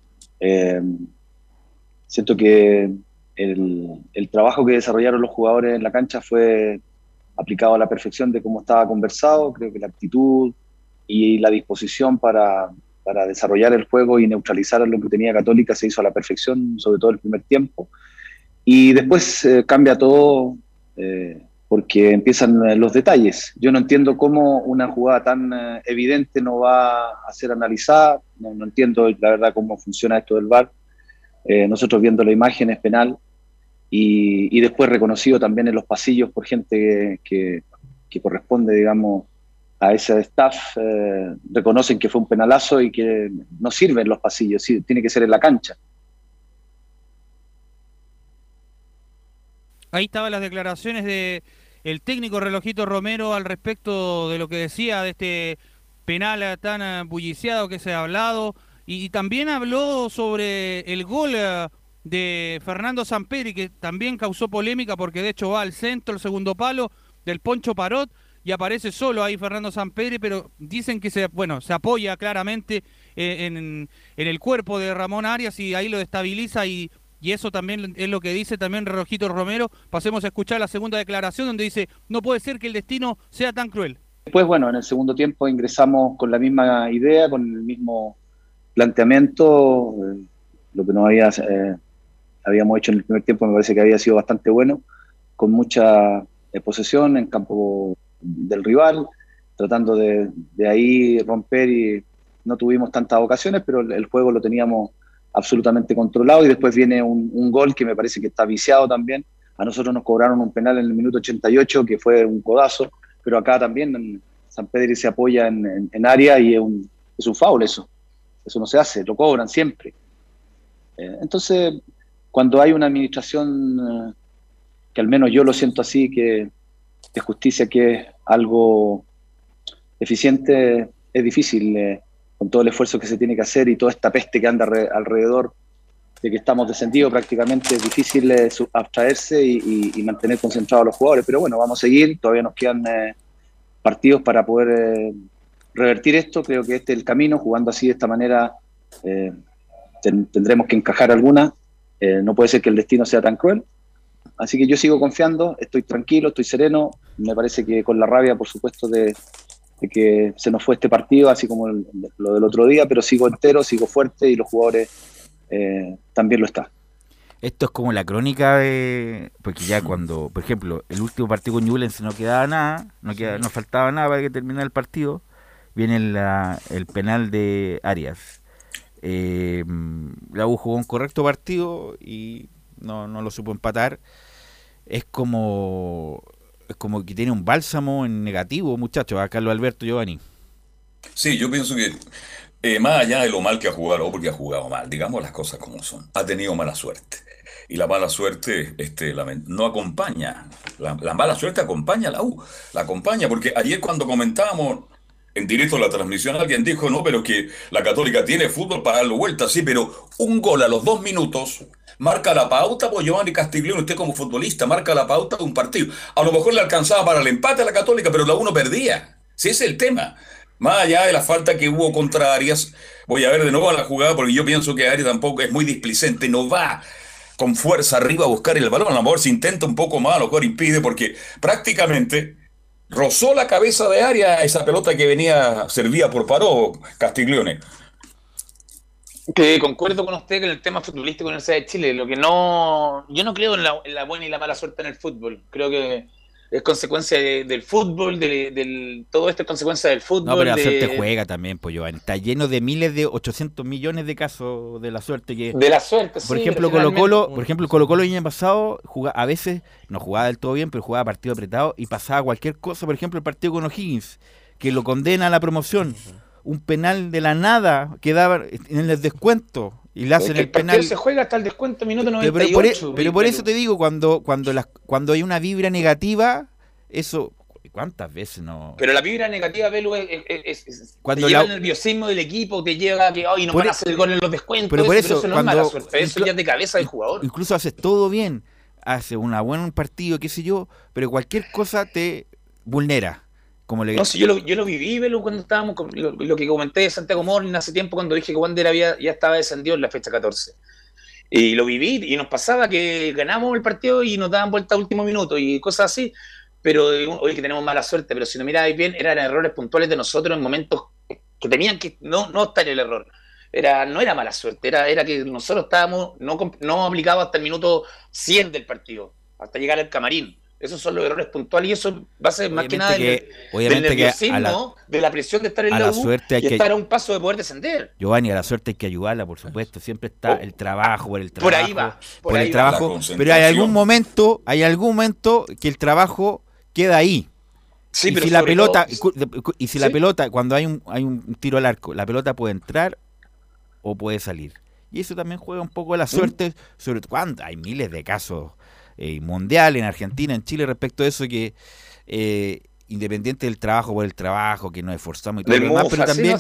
Siento que el trabajo que desarrollaron los jugadores en la cancha fue aplicado a la perfección de cómo estaba conversado. Creo que la actitud y la disposición para desarrollar el juego y neutralizar lo que tenía Católica se hizo a la perfección, sobre todo el primer tiempo. Y después cambia todo porque empiezan los detalles. Yo no entiendo cómo una jugada tan evidente no va a ser analizada. No entiendo, la verdad, cómo funciona esto del VAR. Nosotros viendo la imagen es penal. Y después reconocido también en los pasillos por gente que corresponde, digamos, a ese staff, reconocen que fue un penalazo y que no sirve en los pasillos, sí, tiene que ser en la cancha. Ahí estaban las declaraciones de el técnico Relojito Romero al respecto de lo que decía de este penal tan bulliciado que se ha hablado, y también habló sobre el gol de Fernando Samperi, que también causó polémica porque de hecho va al centro, el segundo palo del Poncho Parot, y aparece solo ahí Fernando Samperi, pero dicen que se apoya claramente en el cuerpo de Ramón Arias y ahí lo destabiliza, y eso también es lo que dice también Relojito Romero. Pasemos a escuchar la segunda declaración donde dice: no puede ser que el destino sea tan cruel. Después, bueno, en el segundo tiempo ingresamos con la misma idea, con el mismo planteamiento, lo que nos habíamos hecho en el primer tiempo me parece que había sido bastante bueno, con mucha posesión en campo del rival, tratando de ahí romper, y no tuvimos tantas ocasiones, pero el juego lo teníamos absolutamente controlado. Y después viene un gol que me parece que está viciado también. A nosotros nos cobraron un penal en el minuto 88 que fue un codazo, pero acá también Sampedri se apoya en área y es un foul eso no se hace, lo cobran siempre. Entonces, cuando hay una administración que al menos yo lo siento así, que de justicia, que es algo eficiente, es difícil, con todo el esfuerzo que se tiene que hacer y toda esta peste que anda alrededor de que estamos descendidos prácticamente, es difícil abstraerse y mantener concentrados a los jugadores. Pero bueno, vamos a seguir, todavía nos quedan partidos para poder revertir esto. Creo que este es el camino, jugando así de esta manera tendremos que encajar alguna. No puede ser que el destino sea tan cruel. Así que yo sigo confiando, estoy tranquilo, estoy sereno. Me parece que con la rabia, por supuesto, de que se nos fue este partido, así como lo del otro día, pero sigo entero, sigo fuerte, y los jugadores también lo están. Esto es como la crónica porque ya cuando, por ejemplo, el último partido con Ñublense no quedaba nada, no faltaba nada para que terminara el partido, viene el penal de Arias. La U jugó un correcto partido y no lo supo empatar. Es como que tiene un bálsamo en negativo, muchachos, a Carlos Alberto Giovanni. Sí, yo pienso que más allá de lo mal que ha jugado, porque ha jugado mal, digamos las cosas como son, ha tenido mala suerte. Y la mala suerte no acompaña. La mala suerte acompaña a la U. La acompaña, porque ayer cuando comentábamos en directo la transmisión, alguien dijo: no, pero que la Católica tiene fútbol para darlo vuelta. Sí, pero un gol a los 2 minutos marca la pauta. Pues Giovanni Castiglione, usted como futbolista, marca la pauta de un partido. A lo mejor le alcanzaba para el empate a la Católica, pero la U no perdía. Sí, ese es el tema. Más allá de la falta que hubo contra Arias, voy a ver de nuevo la jugada porque yo pienso que Arias tampoco es muy displicente, no va con fuerza arriba a buscar el balón, a lo mejor se intenta un poco más, a lo mejor impide porque prácticamente rozó la cabeza de Arias esa pelota que servía por Paró, Castiglione. Que concuerdo con usted que en el tema futbolístico de la Universidad de Chile, yo no creo en la buena y la mala suerte en el fútbol, creo que es consecuencia del fútbol, todo esto es consecuencia del fútbol. No, pero la suerte juega también, pues, Giovanni. Está lleno de miles de 800 millones de casos de la suerte. De la suerte, por sí. Ejemplo, Colo-Colo el año pasado a veces no jugaba del todo bien, pero jugaba partido apretado y pasaba cualquier cosa. Por ejemplo, el partido con O'Higgins, que lo condena a la promoción. Un penal de la nada que daba en el descuento y le hacen el penal. Se juega hasta el descuento minuto 98. Pero por eso te digo, cuando hay una vibra negativa, eso, ¿cuántas veces no? Pero la vibra negativa, Belu, es cuando te lleva el nerviosismo del equipo, te lleva a que hoy no van a hacer el gol en los descuentos. Pero eso no es mala suerte, eso ya es de cabeza del jugador. Incluso haces todo bien, haces un partido, qué sé yo, pero cualquier cosa te vulnera. No, si yo lo viví, Belu, cuando estábamos con lo que comenté de Santiago Morning hace tiempo, cuando dije que Wander ya estaba descendido en la fecha 14. Y lo viví, y nos pasaba que ganamos el partido y nos daban vuelta a último minuto y cosas así. Pero hoy que tenemos mala suerte, pero si no miráis bien, eran errores puntuales de nosotros en momentos que tenían que no estar el error. No era mala suerte, era que nosotros estábamos no aplicados hasta el minuto 100 del partido, hasta llegar al camarín. Esos son los errores puntuales y eso va a ser más que nada del nerviosismo, de la presión de estar en la U y estar a un paso de poder descender. Giovanni, a la suerte hay que ayudarla, por supuesto. Siempre está el trabajo, por el trabajo. Por ahí va. Por el trabajo. Pero hay algún momento que el trabajo queda ahí. Sí, y pero si la pelota, cuando hay un tiro al arco, la pelota puede entrar o puede salir. Y eso también juega un poco la suerte, sobre todo cuando hay miles de casos mundial en Argentina, en Chile respecto a eso, que independiente del trabajo por el trabajo, que nos esforzamos y todo lo demás, pero también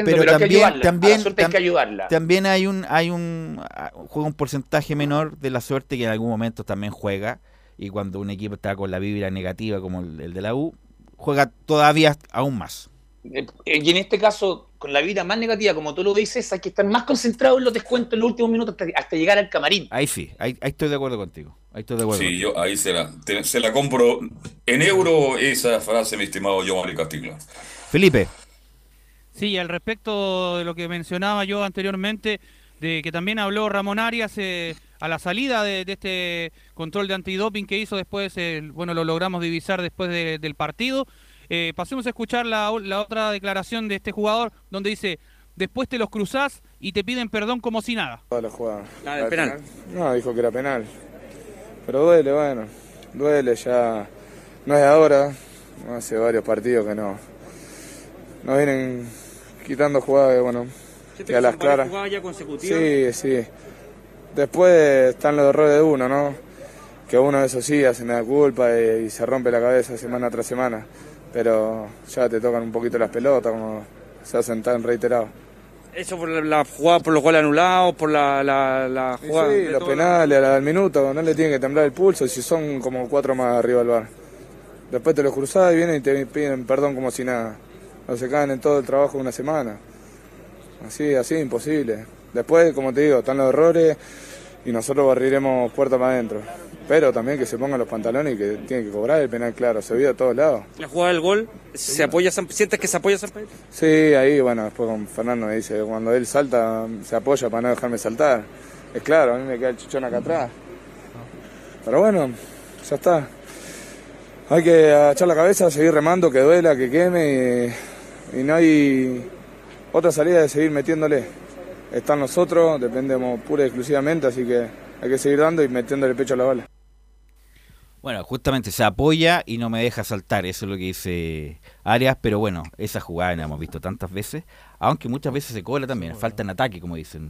también hay juega un porcentaje menor de la suerte que en algún momento también juega, y cuando un equipo está con la vibra negativa como el de la U, juega todavía aún más. Y en este caso, con la vida más negativa, como tú lo dices, hay que estar más concentrado en los descuentos en los últimos minutos hasta llegar al camarín. Ahí sí, ahí estoy de acuerdo contigo. Sí, yo ahí se la compro en euro esa frase, mi estimado Giovanni Castillo. Felipe. Sí, al respecto de lo que mencionaba yo anteriormente, de que también habló Ramón Arias a la salida de este control de antidoping que hizo después, lo logramos divisar después del partido. Pasemos a escuchar la otra declaración de este jugador, donde dice: después te los cruzás y te piden perdón como si nada. La jugada. ¿La del penal? No, dijo que era penal. Pero duele ya. No es ahora, hace varios partidos que nos vienen quitando jugadas, que a las claras. ¿Jugadas ya consecutivas? Sí. Después están los errores de uno, ¿no? Que uno de esos sí se me da culpa y se rompe la cabeza semana tras semana. Pero ya te tocan un poquito las pelotas, como se hacen tan reiterados. ¿Eso por la jugada, por los goles anulados, por la jugada? Sí, los penales al minuto, no le tienen que temblar el pulso, si son como 4 más arriba del bar. Después te los cruzás y vienen y te piden perdón como si nada. No se caen en todo el trabajo de una semana. Así, imposible. Después, como te digo, están los errores y nosotros barriremos puerta para adentro. Pero también que se pongan los pantalones y que tienen que cobrar el penal, claro, se vio a todos lados. ¿La jugada del gol? ¿Sientes que se apoya San Pedro? Sí, ahí, después con Fernando me dice, cuando él salta, se apoya para no dejarme saltar. Es claro, a mí me queda el chichón acá atrás. Pero bueno, ya está. Hay que agachar la cabeza, seguir remando, que duela, que queme y no hay otra salida de seguir metiéndole. Están nosotros, dependemos pura y exclusivamente, así que hay que seguir dando y metiéndole pecho a la bala. Bueno, justamente se apoya y no me deja saltar, eso es lo que dice Arias, pero bueno, esa jugada la hemos visto tantas veces, aunque muchas veces se cobra también, falta en ataque, como dicen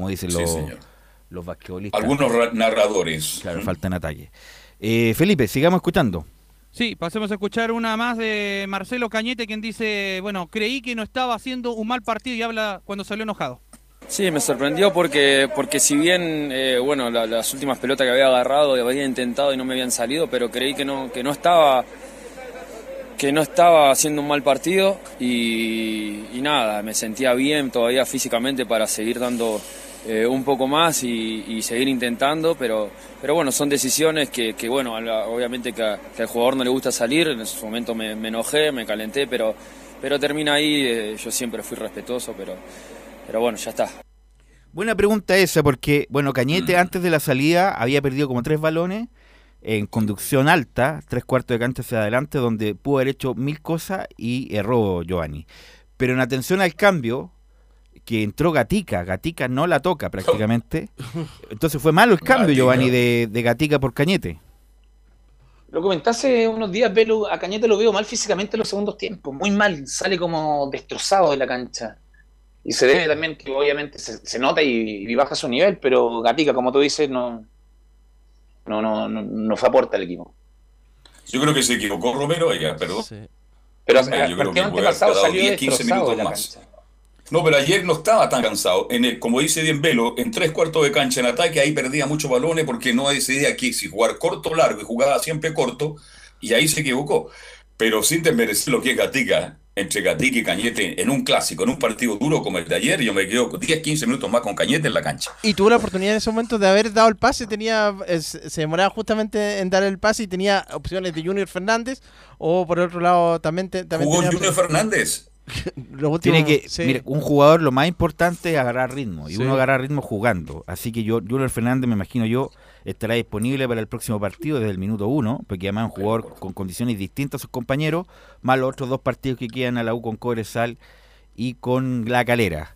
los basquetbolistas. Algunos narradores. Claro, falta en ataque. Felipe, sigamos escuchando. Sí, pasemos a escuchar una más de Marcelo Cañete, quien dice, creí que no estaba haciendo un mal partido, y habla cuando salió enojado. Sí, me sorprendió porque si bien, las últimas pelotas que había agarrado, había intentado y no me habían salido, pero creí que no estaba que no estaba haciendo un mal partido y nada, me sentía bien todavía físicamente para seguir dando un poco más y seguir intentando, pero bueno, son decisiones que bueno, obviamente que al jugador no le gusta salir. En ese momento me enojé, me calenté, pero termina ahí. Yo siempre fui respetuoso, pero bueno, ya está. Buena pregunta esa, porque bueno, Cañete antes de la salida había perdido como 3 balones en conducción alta, 3/4 de cancha hacia adelante, donde pudo haber hecho 1000 cosas y erró Giovanni. Pero en atención al cambio, que entró Gatica no la toca prácticamente, entonces fue malo el cambio, Gatica. Giovanni, de Gatica por Cañete. Lo comenté hace unos días, Belu, a Cañete lo veo mal físicamente en los segundos tiempos, muy mal, sale como destrozado de la cancha. Y se debe también que obviamente se nota y baja su nivel, pero Gatica, como tú dices, no fue aporte al equipo. Yo creo que se equivocó Romero, oiga, perdón. Sí. Pero el partido pasado salió 10-15 minutos más. Cancha. No, pero ayer no estaba tan cansado. Como dice bien Velo, en 3/4 de cancha en ataque, ahí perdía muchos balones porque no decidía aquí si jugar corto o largo, y jugaba siempre corto, y ahí se equivocó. Pero sin desmerecer lo que es Gatica, entre Gatica y Cañete, en un clásico, en un partido duro como el de ayer, yo me quedo 10-15 minutos más con Cañete en la cancha. Y tuvo la oportunidad en ese momento de haber dado el pase, se demoraba justamente en dar el pase y tenía opciones de Junior Fernández, o por otro lado también ¿jugó tenía Junior Fernández? Tiene que, sí. Mire, un jugador lo más importante es agarrar ritmo, y uno agarra ritmo jugando, así que Junior Fernández, me imagino yo, estará disponible para el próximo partido desde el minuto 1, porque además es un jugador con condiciones distintas a sus compañeros, más los otros 2 partidos que quedan a la U con Cobresal y con La Calera.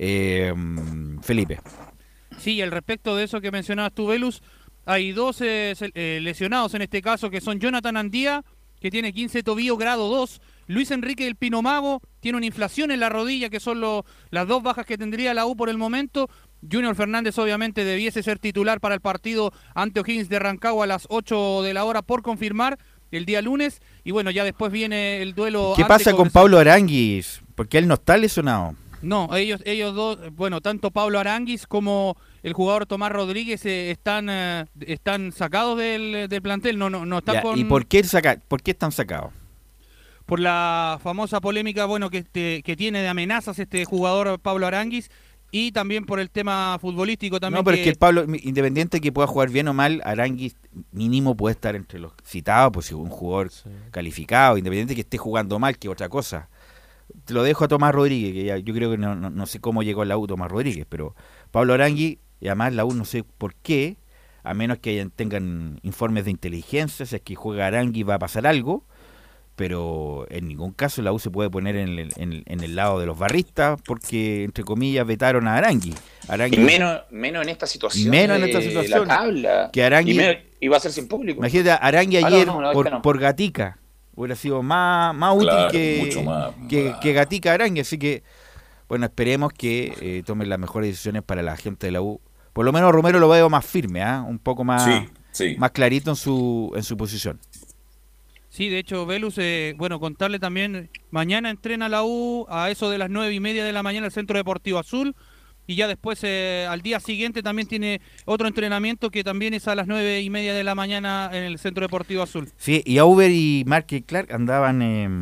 Felipe. Sí, al respecto de eso que mencionabas tú, Velus, hay 2 lesionados en este caso, que son Jonathan Andía, que tiene 15 tobillo grado 2, Luis Enrique del Pino Mago tiene una inflación en la rodilla, que son las 2 bajas que tendría la U por el momento. Junior Fernández obviamente debiese ser titular para el partido ante O'Higgins de Rancagua a las 8 de la hora por confirmar el día lunes. Y bueno, ya después viene el duelo. ¿Qué pasa con Pablo Aranguis? Porque él no está lesionado. No, ellos dos, bueno, tanto Pablo Aranguis como el jugador Tomás Rodríguez están sacados del plantel. No están ¿Y por qué están sacados? Por la famosa polémica, bueno, que tiene de amenazas este jugador Pablo Aranguis, y también por el tema futbolístico también. No, pero es que el Pablo, independiente que pueda jugar bien o mal, Aranguis mínimo puede estar entre los citados, pues si un jugador calificado, independiente que esté jugando mal, que otra cosa. Te lo dejo a Tomás Rodríguez, que yo creo que no sé cómo llegó a la U Tomás Rodríguez, pero Pablo Aranguis, y además la U no sé por qué, a menos que tengan informes de inteligencia, si es que juega Aranguis va a pasar algo. Pero en ningún caso la U se puede poner en el lado de los barristas, porque, entre comillas, vetaron a Aranguis. Y menos en esta situación. Menos en esta situación. La tabla. Que Aranguis iba a ser sin público. Imagínate, Aranguis ayer por Gatica hubiera sido más útil, claro, que Gatica Aranguis. Así que, bueno, esperemos que tomen las mejores decisiones para la gente de la U. Por lo menos Romero lo veo más firme, un poco más, más clarito en su posición. Sí, de hecho, Velus, bueno, contarle también, mañana entrena la U a eso de las 9:30 de la mañana en el Centro Deportivo Azul, y ya después, al día siguiente, también tiene otro entrenamiento que también es a las 9:30 de la mañana en el Centro Deportivo Azul. Sí, y Auber y Marque Clark andaban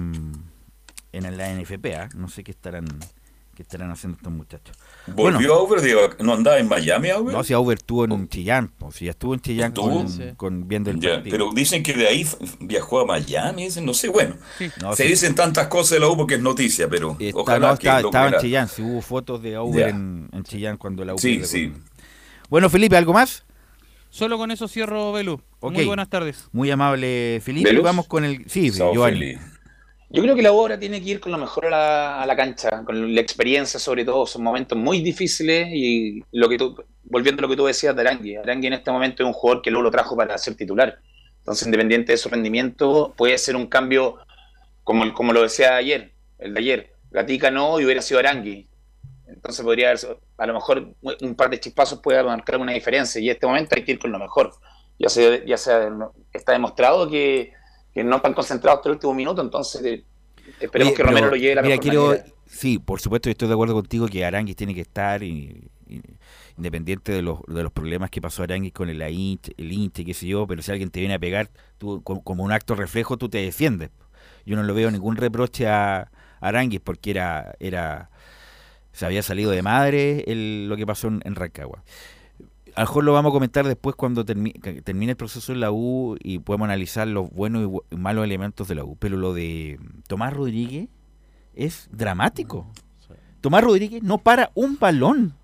en la NFP, no sé qué estarán haciendo estos muchachos. ¿Volvió Auber? ¿No andaba en Miami Auber? No, si Auber estuvo en Chillán, ya estuvo en Chillán con viendo el partido. Pero dicen que de ahí viajó a Miami, no sé, bueno. Sí. Dicen tantas cosas de la U porque es noticia, pero ojalá que estaba en Chillán, si hubo fotos de Auber en Chillán cuando la U. Sí. Bueno, Felipe, ¿algo más? Solo con eso cierro, Belu. Okay. Muy buenas tardes. Muy amable, Felipe. ¿Belus? Vamos con el... Sí, Giovanni. Yo creo que la U ahora tiene que ir con lo mejor a la cancha, con la experiencia sobre todo. Son momentos muy difíciles y volviendo a lo que tú decías de Aranguis. Aranguis en este momento es un jugador que luego lo trajo para ser titular. Entonces, independiente de su rendimiento, puede ser un cambio como lo decía ayer, el de ayer. Gatica no y hubiera sido Aranguis. Entonces podría haber, a lo mejor un par de chispazos puede marcar una diferencia, y en este momento hay que ir con lo mejor. Ya está demostrado que no están concentrados hasta el último minuto, entonces esperemos que Romero lo lleve a la mejor manera. Sí, por supuesto, estoy de acuerdo contigo que Aranguis tiene que estar independiente de los problemas que pasó Aranguis con el hinche, qué sé yo, pero si alguien te viene a pegar, tú como un acto reflejo tú te defiendes. yo no le veo ningún reproche a Aránguiz porque se había salido de madre lo que pasó en Rancagua. A lo mejor lo vamos a comentar después cuando termine el proceso en la U y podemos analizar los buenos y malos elementos de la U. Pero lo de Tomás Rodríguez es dramático. Tomás Rodríguez no para un balón.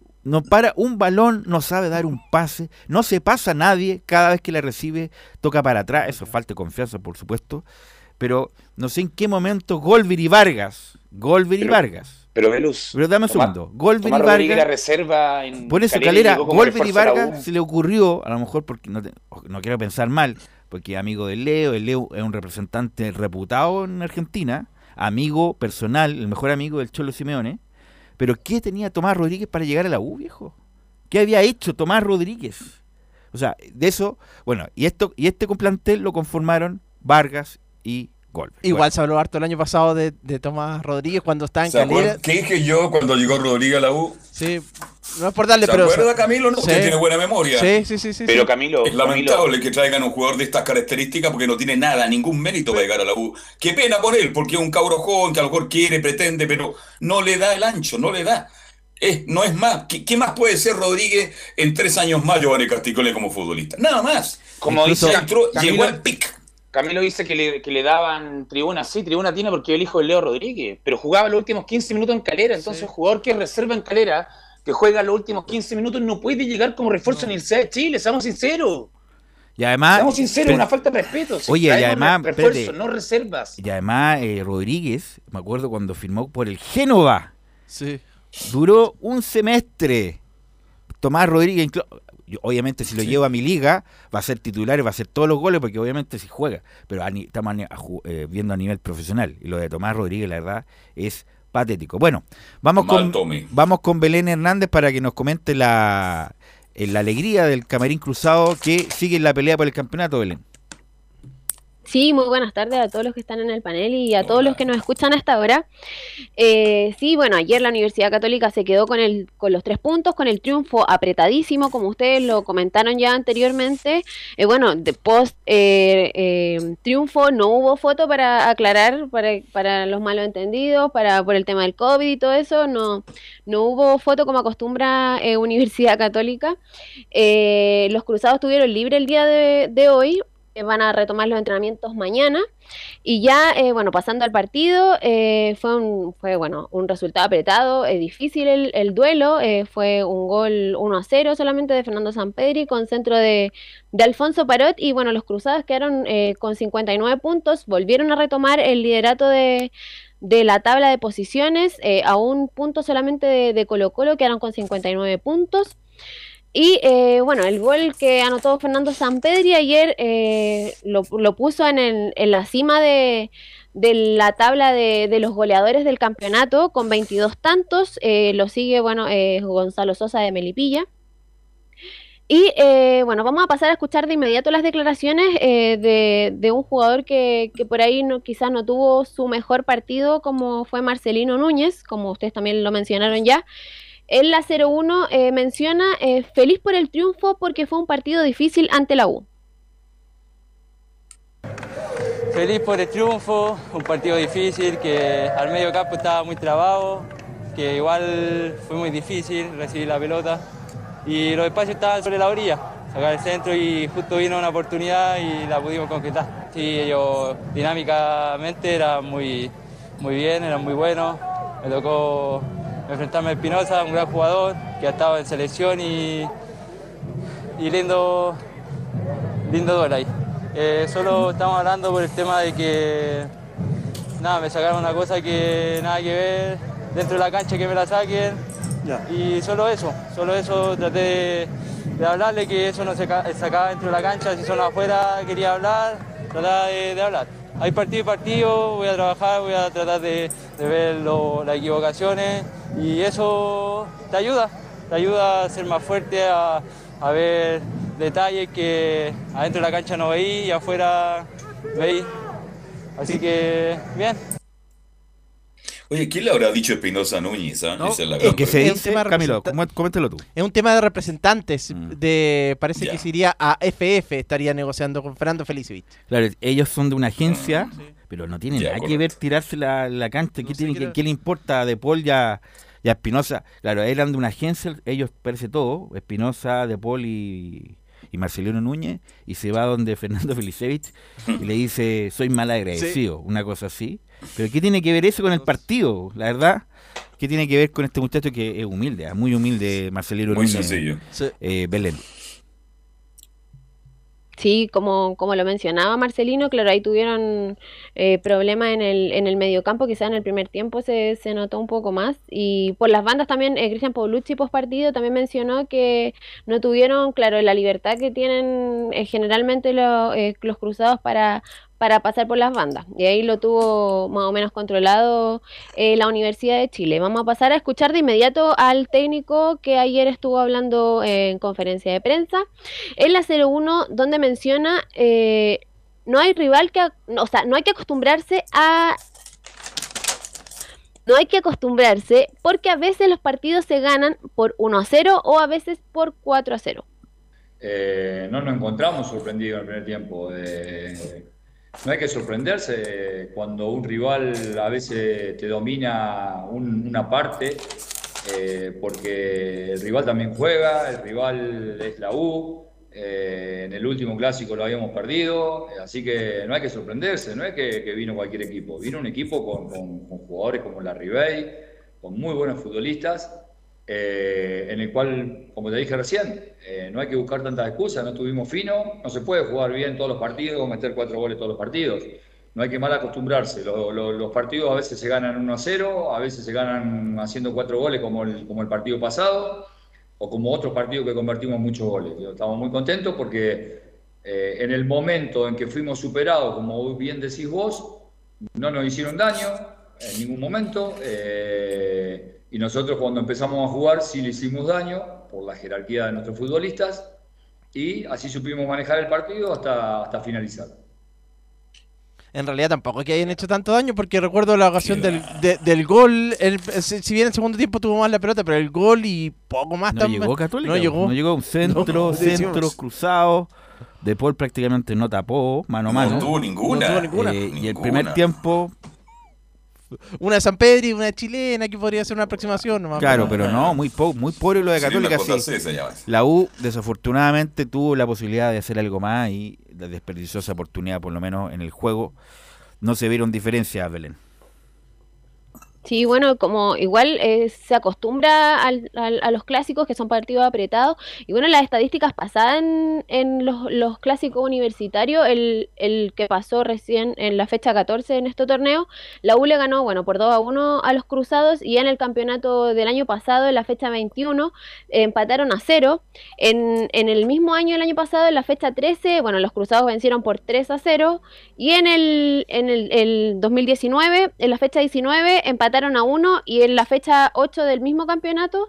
No sabe dar un pase, no se pasa a nadie, cada vez que la recibe toca para atrás, eso falta de confianza por supuesto, pero no sé en qué momento Golbery Vargas. Pero Velus, pero dame un segundo. Golbery Tomás Vargas, Rodríguez la reserva en por eso Calera, Golbery Vargas se le ocurrió, a lo mejor porque no quiero pensar mal, porque es amigo de Leo, el Leo es un representante reputado en Argentina, amigo personal, el mejor amigo del Cholo Simeone. Pero ¿qué tenía Tomás Rodríguez para llegar a la U, viejo? ¿Qué había hecho Tomás Rodríguez? O sea, de eso, bueno, y este con plantel lo conformaron Vargas y Golbery. Igual se habló harto el año pasado de Tomás Rodríguez cuando estaba en Calera. ¿Qué dije yo cuando llegó Rodríguez a la U? Sí, no es por darle, pero... ¿Se acuerda, Camilo? No, usted tiene buena memoria. Sí. Pero Camilo... Es lamentable que traigan un jugador de estas características porque no tiene ningún mérito para llegar a la U. Qué pena por él, porque es un cabro joven que a lo mejor quiere, pretende, pero no le da el ancho, no le da. No es más. ¿Qué más puede ser Rodríguez en 3 años más, Giovanni Casticole, como futbolista? Nada más. Como dice, llegó al pic. Camilo dice que le daban tribuna. Sí, tribuna tiene porque es el hijo de Leo Rodríguez, pero jugaba los últimos 15 minutos en Calera. Entonces, el jugador que reserva en Calera, que juega los últimos 15 minutos, no puede llegar como refuerzo en el C de Chile, seamos sinceros. Y además, seamos sinceros, una falta de respeto. Oye, y además, refuerzo, no reservas. Y además, Rodríguez, me acuerdo cuando firmó por el Génova. Sí. Duró un semestre. Tomás Rodríguez, obviamente si lo llevo a mi liga, va a ser titular y va a hacer todos los goles porque obviamente si juega. Pero estamos viendo a nivel profesional. Y lo de Tomás Rodríguez, la verdad, es patético. Bueno, vamos con Belén Hernández para que nos comente la alegría del Camarín Cruzado que sigue en la pelea por el campeonato, Belén. Sí, muy buenas tardes a todos los que están en el panel y a todos los que nos escuchan hasta ahora. Sí, bueno, ayer la Universidad Católica se quedó con los 3 puntos, con el triunfo apretadísimo, como ustedes lo comentaron ya anteriormente. Bueno, de post triunfo no hubo foto para aclarar, para los malos entendidos, por el tema del COVID y todo eso, no hubo foto como acostumbra Universidad Católica. Los cruzados estuvieron libres el día de hoy. Van a retomar los entrenamientos mañana y ya, pasando al partido, fue un resultado apretado, difícil el duelo, fue un gol 1-0 solamente de Fernando Sampedri con centro de Alfonso Parot y bueno, los cruzados quedaron con 59 puntos, volvieron a retomar el liderato de la tabla de posiciones, a un punto solamente de Colo-Colo, quedaron con 59 puntos. Y el gol que anotó Fernando Sampedri ayer lo puso en la cima de la tabla de los goleadores del campeonato con 22 tantos. Lo sigue Gonzalo Sosa de Melipilla. Y vamos a pasar a escuchar de inmediato las declaraciones de un jugador que por ahí quizás no tuvo su mejor partido, como fue Marcelino Núñez, como ustedes también lo mencionaron ya. En la 0-1 menciona feliz por el triunfo porque fue un partido difícil ante la U. Feliz por el triunfo, un partido difícil que al medio campo estaba muy trabado, que igual fue muy difícil recibir la pelota y los espacios estaban sobre la orilla, sacar el centro y justo vino una oportunidad y la pudimos concretar. Sí, ellos dinámicamente eran muy bien, eran muy buenos, me tocó enfrentarme a Espinosa, un gran jugador que ha estado en selección y lindo duelo ahí. Solo estamos hablando por el tema de que me sacaron una cosa que nada que ver dentro de la cancha, que me la saquen y solo eso traté de hablarle, que eso no se sacaba dentro de la cancha, si son afuera quería hablar, trataba de hablar. Hay partido y partido, voy a trabajar, voy a tratar de ver las equivocaciones y eso te ayuda a ser más fuerte, a ver detalles que adentro de la cancha no veí y afuera veí. Así que, bien. Oye, ¿quién le habrá dicho Espinosa Núñez? No, esa es la que se dice, Camilo, coméntalo tú. Es un tema de representantes, parece que se iría a FF, estaría negociando con Fernando Felicevich. Claro, ellos son de una agencia, pero no tiene Ya, nada que correcto. ver tirarse la cancha. No ¿Qué, sé qué qué le importa a De Paul y a Espinosa? Claro, eran de una agencia, ellos parece todo, Espinosa, De Paul y Marcelino Núñez, y se va donde Fernando Felicevich y le dice, soy mal agradecido, una cosa así. Pero ¿qué tiene que ver eso con el partido? La verdad, ¿qué tiene que ver con este muchacho que es humilde, muy humilde, Marcelino Muy Núñez? sencillo. Belén. Sí, como lo mencionaba Marcelino, claro, ahí tuvieron problemas en el mediocampo, quizás en el primer tiempo se notó un poco más. Y por las bandas también, Cristian Paulucci post partido también mencionó que no tuvieron, claro, la libertad que tienen generalmente los cruzados para pasar por las bandas. Y ahí lo tuvo más o menos controlado la Universidad de Chile. Vamos a pasar a escuchar de inmediato al técnico que ayer estuvo hablando en conferencia de prensa en la 01, donde menciona no hay rival que, o sea, no hay que acostumbrarse a no hay que acostumbrarse porque a veces los partidos se ganan por 1-0 o a veces por 4-0. No nos encontramos sorprendidos en el primer tiempo. No hay que sorprenderse cuando un rival a veces te domina una parte, porque el rival también juega, el rival es la U. En el último clásico lo habíamos perdido, así que no hay que sorprenderse, no es que vino cualquier equipo, vino un equipo con jugadores como la Ribey, con muy buenos futbolistas, en el cual, como te dije recién, no hay que buscar tantas excusas, no estuvimos finos, no se puede jugar bien todos los partidos, meter 4 goles todos los partidos, no hay que mal acostumbrarse, los partidos a veces se ganan 1-0, a veces se ganan haciendo 4 goles como el partido pasado, o como otros partidos que convertimos muchos goles. Estamos muy contentos porque en el momento en que fuimos superados, como bien decís vos, no nos hicieron daño en ningún momento, y nosotros cuando empezamos a jugar sí le hicimos daño por la jerarquía de nuestros futbolistas, y así supimos manejar el partido hasta finalizar. En realidad tampoco es que hayan hecho tanto daño, porque recuerdo la ocasión del gol, si bien el segundo tiempo tuvo más la pelota, pero el gol y poco más No también. llegó Católica, No llegó. un centro, cruzado. De Paul prácticamente no tapó, mano a mano. No tuvo ninguna. Y el primer tiempo... Una de San Pedro y una de chilena, que podría ser una aproximación nomás. Claro, pero no, muy pobre lo de Católica. La U desafortunadamente tuvo la posibilidad de hacer algo más y desperdició esa oportunidad, por lo menos en el juego. No se vieron diferencias, Belén. Sí, bueno, como igual se acostumbra a los clásicos que son partidos apretados, y bueno, las estadísticas pasadas en los clásicos universitarios, el que pasó recién en la fecha 14 en este torneo, la U le ganó, bueno, por 2-1 a los Cruzados, y en el campeonato del año pasado, en la fecha 21, empataron a 0, en el mismo año, el año pasado, en la fecha 13, bueno, los Cruzados vencieron por 3-0, y en el 2019, en la fecha 19, empataron a 1, y en la fecha 8 del mismo campeonato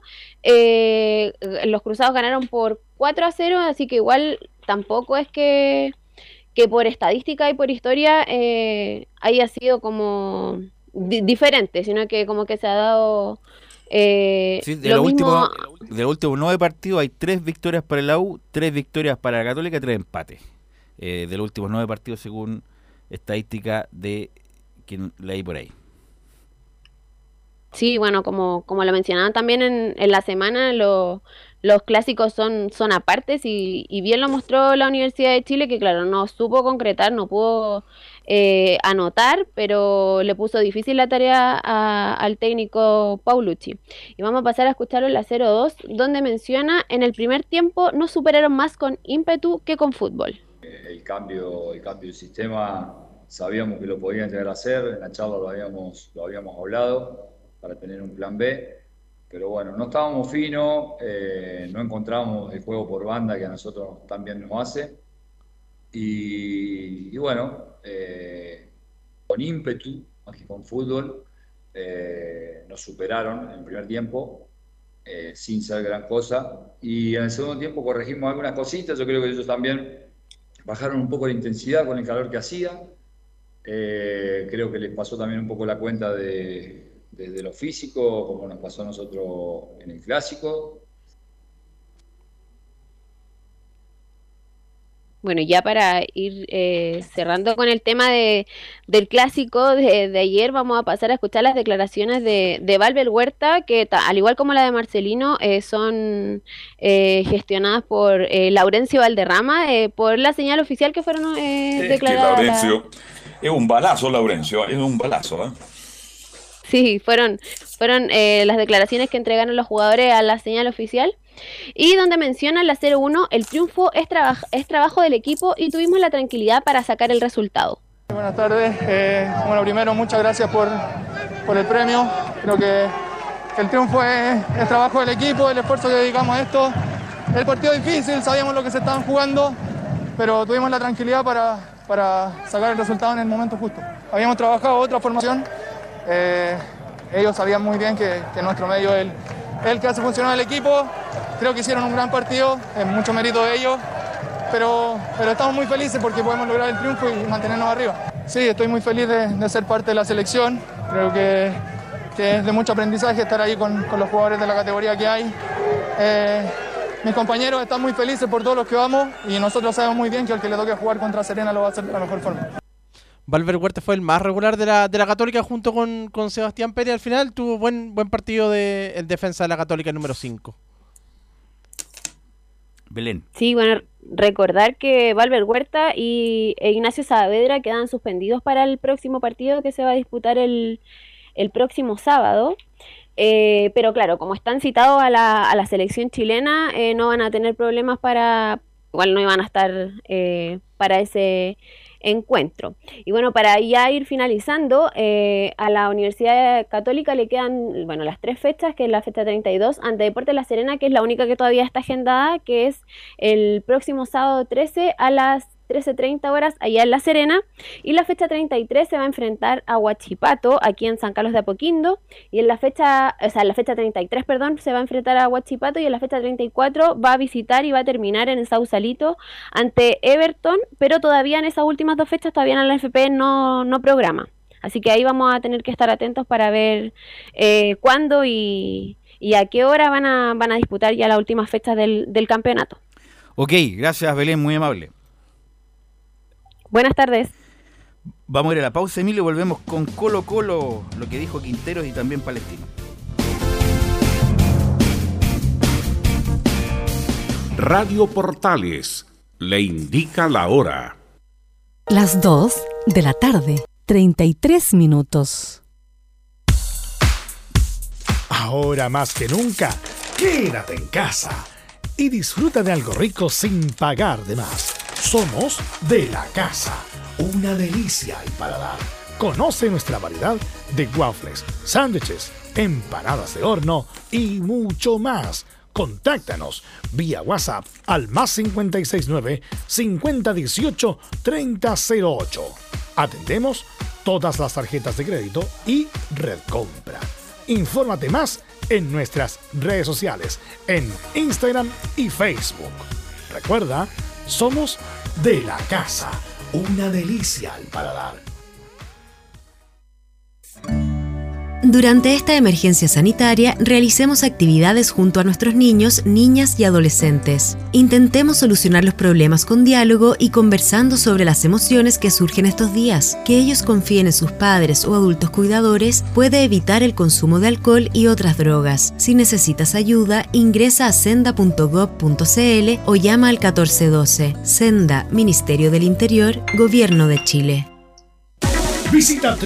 los Cruzados ganaron por 4-0, así que igual tampoco es que por estadística y por historia haya sido como diferente, sino que como que se ha dado sí, de los últimos 9 partidos hay 3 victorias para la U, 3 victorias para la Católica, 3 empates. De los últimos 9 partidos según estadística de quien leí por ahí. Sí, bueno, como lo mencionaban también en la semana, los clásicos son apartes, y bien lo mostró la Universidad de Chile, que claro, no supo concretar, no pudo anotar, pero le puso difícil la tarea al técnico Paulucci. Y vamos a pasar a escucharlo en la 02, donde menciona, en el primer tiempo no superaron más con ímpetu que con fútbol. El cambio de sistema sabíamos que lo podían llegar a hacer, en la charla lo habíamos hablado, para tener un plan B, pero bueno, no estábamos finos, no encontrábamos el juego por banda que a nosotros también nos hace, y bueno, con ímpetu, más que con fútbol, nos superaron en el primer tiempo, sin ser gran cosa, y en el segundo tiempo corregimos algunas cositas. Yo creo que ellos también bajaron un poco la intensidad con el calor que hacía, creo que les pasó también un poco la cuenta desde lo físico, como nos pasó a nosotros en el clásico. Bueno, ya para ir cerrando con el tema del clásico de ayer, vamos a pasar a escuchar las declaraciones de Valver Huerta, que al igual como la de Marcelino, son gestionadas por Laurencio Valderrama, por la señal oficial que fueron declaradas. Es que Laurencio, es un balazo, Laurencio, es un balazo, ¿eh? Sí, fueron las declaraciones que entregaron los jugadores a la señal oficial. Y donde mencionan la 0-1, el triunfo es trabajo del equipo y tuvimos la tranquilidad para sacar el resultado. Buenas tardes. Bueno, primero muchas gracias por el premio. Creo que el triunfo es trabajo del equipo, el esfuerzo que dedicamos a esto. El partido difícil, sabíamos lo que se estaban jugando, pero tuvimos la tranquilidad para sacar el resultado en el momento justo. Habíamos trabajado otra formación. Ellos sabían muy bien que nuestro medio es el que hace funcionar el equipo. Creo que hicieron un gran partido, es mucho mérito de ellos, pero estamos muy felices porque podemos lograr el triunfo y mantenernos arriba. Sí, estoy muy feliz de ser parte de la selección. Creo que es de mucho aprendizaje estar ahí con los jugadores de la categoría que hay. Mis compañeros están muy felices por todos los que vamos y nosotros sabemos muy bien que al que le toque jugar contra Serena lo va a hacer de la mejor forma. Valver Huerta fue el más regular de la Católica junto con Sebastián Pérez. Al final tuvo buen partido el defensa de la Católica número 5. Belén. Sí, bueno, recordar que Valver Huerta e Ignacio Saavedra quedan suspendidos para el próximo partido que se va a disputar el próximo sábado. Pero claro, como están citados a la selección chilena, no van a tener problemas igual no iban a estar para ese encuentro. Y bueno, para ya ir finalizando, a la Universidad Católica le quedan, bueno, las 3 fechas, que es la fecha 32 ante Deportes La Serena, que es la única que todavía está agendada, que es el próximo sábado 13 a las 13:30 horas allá en La Serena, y la fecha 33 se va a enfrentar a Huachipato aquí en San Carlos de Apoquindo, y en la fecha 33, perdón, se va a enfrentar a Huachipato, y en la fecha 34 va a visitar y va a terminar en Sausalito ante Everton, pero todavía en esas últimas 2 fechas todavía en la NFP no programa, así que ahí vamos a tener que estar atentos para ver cuándo y a qué hora van a disputar ya las últimas fechas del campeonato. Ok, gracias Belén, muy amable. Buenas tardes. Vamos a ir a la pausa, Emilio, y volvemos con Colo Colo, lo que dijo Quinteros y también Palestino. Radio Portales le indica la hora. Las 2 de la tarde, 33 minutos. Ahora más que nunca, quédate en casa y disfruta de algo rico sin pagar de más. Somos de la casa, una delicia al paladar. Conoce nuestra variedad de waffles, sándwiches, empanadas de horno y mucho más. Contáctanos vía WhatsApp al +569 5018 3008. Atendemos todas las tarjetas de crédito y Red Compra. Infórmate más en nuestras redes sociales, en Instagram y Facebook. Recuerda, somos de la casa, una delicia al paladar. Durante esta emergencia sanitaria, realicemos actividades junto a nuestros niños, niñas y adolescentes. Intentemos solucionar los problemas con diálogo y conversando sobre las emociones que surgen estos días. Que ellos confíen en sus padres o adultos cuidadores puede evitar el consumo de alcohol y otras drogas. Si necesitas ayuda, ingresa a senda.gov.cl o llama al 1412. Senda, Ministerio del Interior, Gobierno de Chile. Visita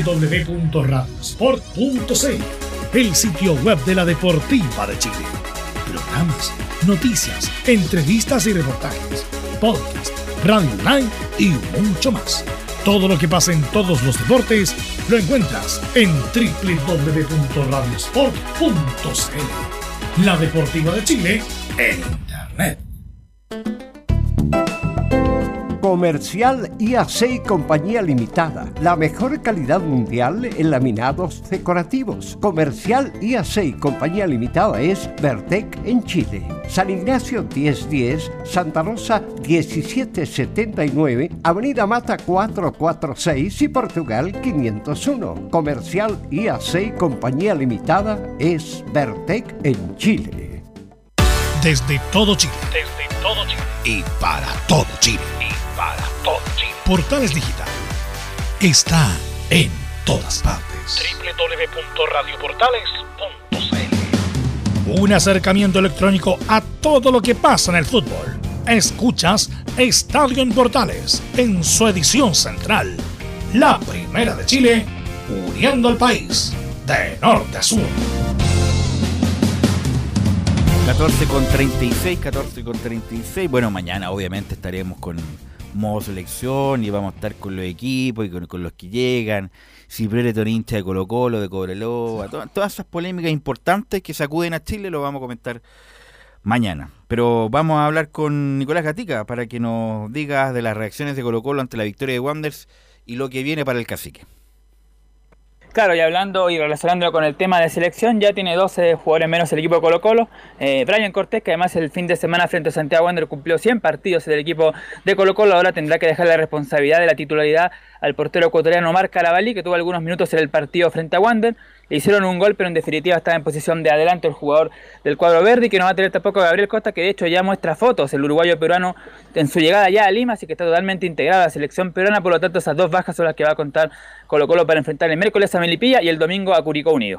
www.radiosport.cl, el sitio web de la Deportiva de Chile. Programas, noticias, entrevistas y reportajes, podcast, radio online y mucho más. Todo lo que pasa en todos los deportes lo encuentras en www.radiosport.cl. La Deportiva de Chile en Internet. Comercial IAC y Compañía Limitada. La mejor calidad mundial en laminados decorativos. Comercial IAC y Compañía Limitada es Vertec en Chile. San Ignacio 1010, Santa Rosa 1779, Avenida Mata 446 y Portugal 501. Comercial IAC y Compañía Limitada es Vertec en Chile. Desde todo Chile. y para todo Chile. Portales Digital está en todas partes. www.radioportales.cl. Un acercamiento electrónico a todo lo que pasa en el fútbol. Escuchas Estadio en Portales en su edición central. La primera de Chile, uniendo al país de norte a sur. 14:36. Bueno, mañana obviamente estaremos con modo selección y vamos a estar con los equipos y con los que llegan. Si Brereton hincha de Colo-Colo, de Cobreloa, todas esas polémicas importantes que sacuden a Chile lo vamos a comentar mañana. Pero vamos a hablar con Nicolás Gatica para que nos diga de las reacciones de Colo-Colo ante la victoria de Wanderers y lo que viene para el Cacique. Claro, y hablando y relacionándolo con el tema de selección, ya tiene 12 jugadores menos el equipo de Colo-Colo. Brian Cortés, que además el fin de semana frente a Santiago Wanderers cumplió 100 partidos del equipo de Colo-Colo, ahora tendrá que dejar la responsabilidad de la titularidad al portero ecuatoriano Omar Carabalí, que tuvo algunos minutos en el partido frente a Wanderers. Le hicieron un gol, pero en definitiva estaba en posición de adelanto el jugador del cuadro verde, y que no va a tener tampoco Gabriel Costa, que de hecho ya muestra fotos, el uruguayo peruano, en su llegada ya a Lima, así que está totalmente integrada a la selección peruana. Por lo tanto, esas dos bajas son las que va a contar Colo-Colo para enfrentar el miércoles a Melipilla y el domingo a Curicó Unido.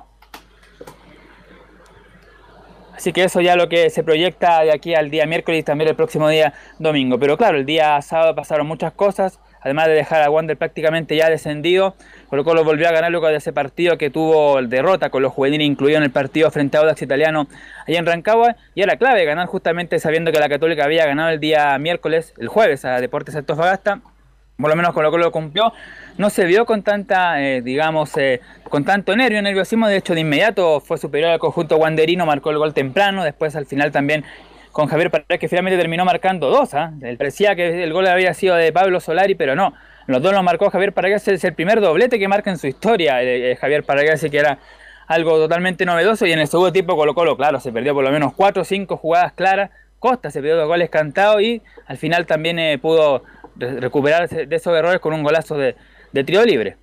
Así que eso ya lo que se proyecta de aquí al día miércoles y también el próximo día domingo. Pero claro, el día sábado pasaron muchas cosas. Además de dejar a Wander prácticamente ya descendido, Colo-Colo volvió a ganar luego de ese partido que tuvo derrota con los juveniles incluido en el partido frente a Audax Italiano allá en Rancagua. Y era clave ganar justamente sabiendo que la Católica había ganado el día miércoles, el jueves, a Deportes Antofagasta. Por lo menos Colo-Colo lo cumplió. No se vio con tanta, con tanto nerviosismo. De hecho, de inmediato fue superior al conjunto wanderino, marcó el gol temprano. Después, al final, también con Javier Paredes, que finalmente terminó marcando dos. Él parecía que el gol había sido de Pablo Solari, pero no. Los dos los marcó Javier Paredes. Es el primer doblete que marca en su historia Javier Paredes, así que era algo totalmente novedoso. Y en el segundo tiempo Colo-Colo, claro, se perdió por lo menos 4 o 5 jugadas claras. Costa se perdió 2 goles cantados y al final también pudo recuperar de esos errores con un golazo de tiro libre.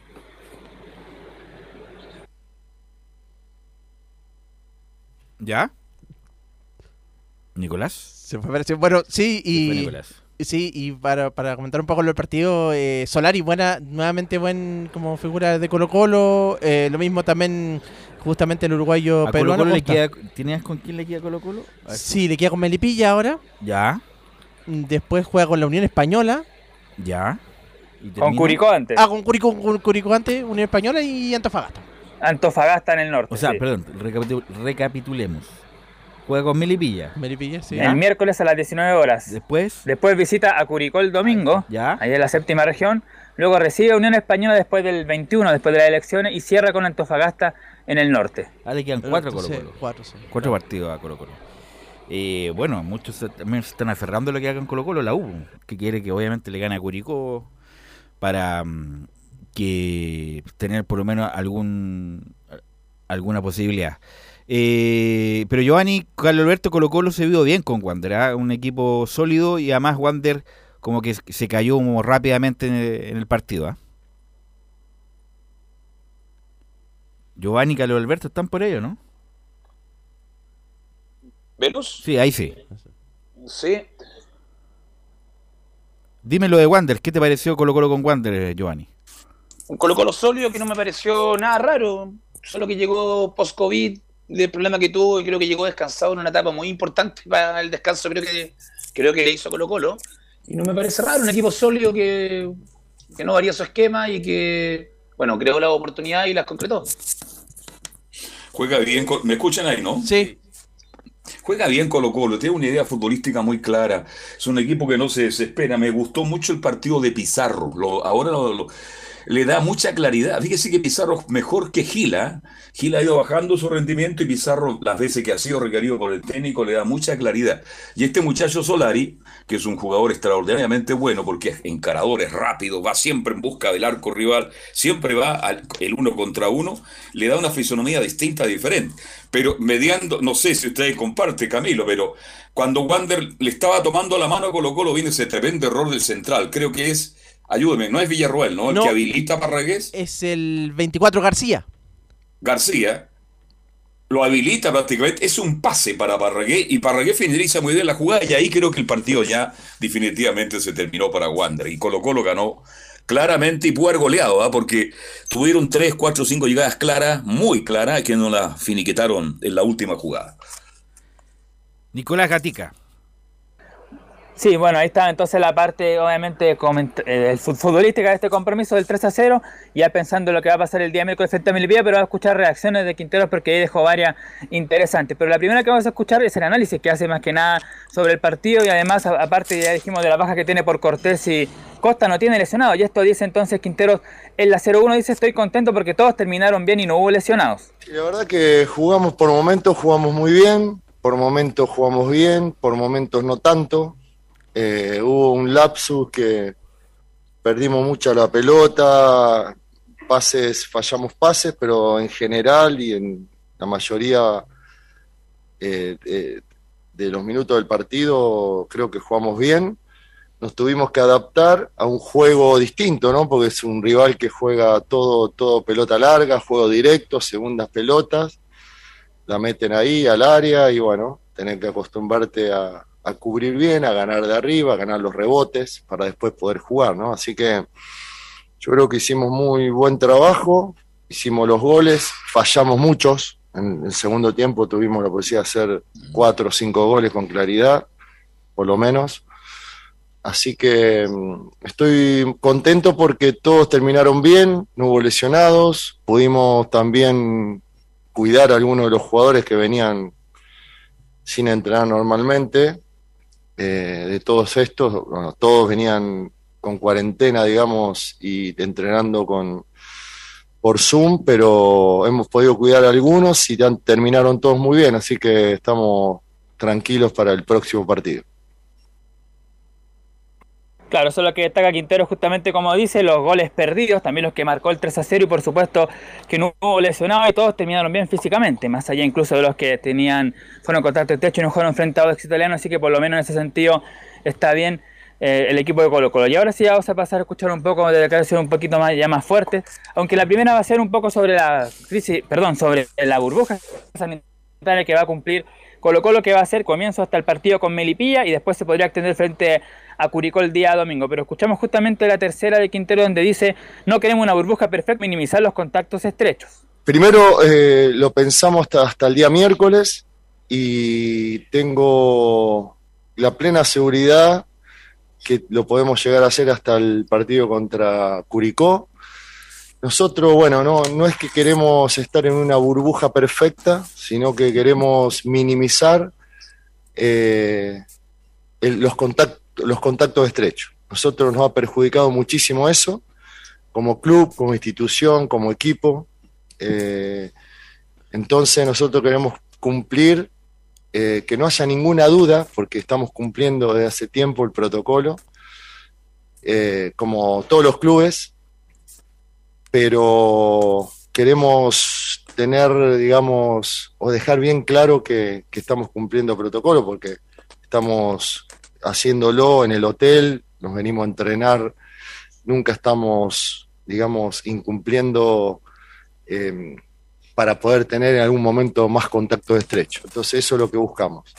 ¿Ya? ¿Nicolás? Se fue, bueno, sí, y para comentar un poco el partido, Solari, nuevamente buen como figura de Colo-Colo, lo mismo también justamente el uruguayo peruano. ¿Tenías con quién le queda Colo-Colo? Sí, le queda con Melipilla ahora. Ya. Después juega con la Unión Española. Ya. Con Curicó antes. Con Curicó antes, Unión Española y Antofagasta. Antofagasta en el norte. O sea, sí. Perdón, recapitulemos. Juega con Melipilla. Sí. El miércoles a las 19 horas. Después visita a Curicó el domingo, ya. Ahí en la séptima región. Luego recibe a Unión Española después del 21, después de las elecciones, y cierra con Antofagasta en el norte. Le quedan 4 a Colo-Colo. Sí, 4 partidos a Colo-Colo. Bueno, muchos también se están aferrando a lo que hagan Colo-Colo, la U, que quiere que obviamente le gane a Curicó para que tener por lo menos alguna posibilidad. Pero Giovanni, Carlos Alberto, Colo-Colo se vio bien con Wander, un equipo sólido, y además Wander como que se cayó rápidamente en el partido. Giovanni y Carlos Alberto están por ello, ¿no? ¿Velus? Sí, ahí sí. Sí. Dime lo de Wander, ¿qué te pareció Colo-Colo con Wander, Giovanni? Un Colo-Colo sólido que no me pareció nada raro, solo que llegó post-COVID, del problema que tuvo, y creo que llegó descansado en una etapa muy importante para el descanso, creo que le hizo Colo-Colo, y no me parece raro, un equipo sólido que no varía su esquema y que, bueno, creó la oportunidad y las concretó. Juega bien, ¿me escuchan ahí, no? Sí. Juega bien Colo-Colo, tiene una idea futbolística muy clara, es un equipo que no se desespera. Me gustó mucho el partido de Pizarro, le da mucha claridad. Fíjese que Pizarro es mejor que Gila. Gila ha ido bajando su rendimiento y Pizarro, las veces que ha sido requerido por el técnico, le da mucha claridad. Y este muchacho Solari, que es un jugador extraordinariamente bueno porque es encarador, es rápido, va siempre en busca del arco rival, siempre va el 1 contra 1, le da una fisonomía distinta, diferente. Pero no sé si ustedes comparten, Camilo, pero cuando Wander le estaba tomando la mano a Colo-Colo, viene ese tremendo error del central. Creo que es, ayúdeme, no es Villarroel, ¿no? El que habilita a Parragués. Es el 24 García. García. lo habilita prácticamente, es un pase para Parragué y Parragué finaliza muy bien la jugada y ahí creo que el partido ya definitivamente se terminó para Wander y Colo-Colo ganó claramente y pudo haber goleado, porque tuvieron 3, 4, 5 llegadas claras, muy claras, que no las finiquetaron en la última jugada. Nicolás Gatica. Sí, bueno, ahí está entonces la parte, obviamente, futbolística de este compromiso del 3-0, ya pensando en lo que va a pasar el día miércoles frente a Melipilla, pero vamos a escuchar reacciones de Quinteros porque ahí dejó varias interesantes. Pero la primera que vamos a escuchar es el análisis que hace más que nada sobre el partido y además, aparte ya dijimos de la baja que tiene por Cortés y Costa, no tiene lesionados. Y esto dice entonces Quinteros en la 0-1, dice: estoy contento porque todos terminaron bien y no hubo lesionados. Sí, la verdad que jugamos por momentos, jugamos muy bien, por momentos jugamos bien, por momentos no tanto. Hubo un lapsus que perdimos mucha la pelota, fallamos pases, pero en general y en la mayoría de los minutos del partido creo que jugamos bien. Nos tuvimos que adaptar a un juego distinto, ¿no? Porque es un rival que juega todo pelota larga, juego directo, segundas pelotas, la meten ahí al área y bueno, tenés que acostumbrarte a cubrir bien, a ganar de arriba, a ganar los rebotes para después poder jugar, ¿no? Así que yo creo que hicimos muy buen trabajo, hicimos los goles, fallamos muchos, en el segundo tiempo tuvimos la posibilidad de hacer 4 o 5 goles con claridad, por lo menos, así que estoy contento porque todos terminaron bien, no hubo lesionados, pudimos también cuidar a algunos de los jugadores que venían sin entrenar normalmente. De todos estos, bueno, todos venían con cuarentena, digamos, y entrenando por Zoom, pero hemos podido cuidar a algunos y terminaron todos muy bien, así que estamos tranquilos para el próximo partido. Claro, eso es lo que destaca Quintero, justamente como dice, los goles perdidos, también los que marcó el 3-0 y por supuesto que no hubo lesionados y todos terminaron bien físicamente, más allá incluso de los que fueron contacto de techo y no fueron enfrentados a ex italiano, así que por lo menos en ese sentido está bien el equipo de Colo-Colo. Y ahora sí vamos a pasar a escuchar un poco de declaraciones un poquito más fuertes, aunque la primera va a ser un poco sobre sobre la burbuja sanitaria que va a cumplir Colo-Colo, que va a ser comienzo hasta el partido con Melipilla y después se podría extender frente a Curicó el día domingo. Pero escuchamos justamente la tercera de Quintero, donde dice: no queremos una burbuja perfecta, minimizar los contactos estrechos. Primero lo pensamos hasta el día miércoles y tengo la plena seguridad que lo podemos llegar a hacer hasta el partido contra Curicó. Nosotros, bueno, no es que queremos estar en una burbuja perfecta, sino que queremos minimizar los contactos estrechos. Nosotros nos ha perjudicado muchísimo eso, como club, como institución, como equipo. Entonces nosotros queremos cumplir, que no haya ninguna duda, porque estamos cumpliendo desde hace tiempo el protocolo, como todos los clubes, pero queremos tener, digamos, o dejar bien claro que estamos cumpliendo protocolo, porque estamos haciéndolo en el hotel, nos venimos a entrenar, nunca estamos, digamos, incumpliendo para poder tener en algún momento más contacto estrecho. Entonces eso es lo que buscamos.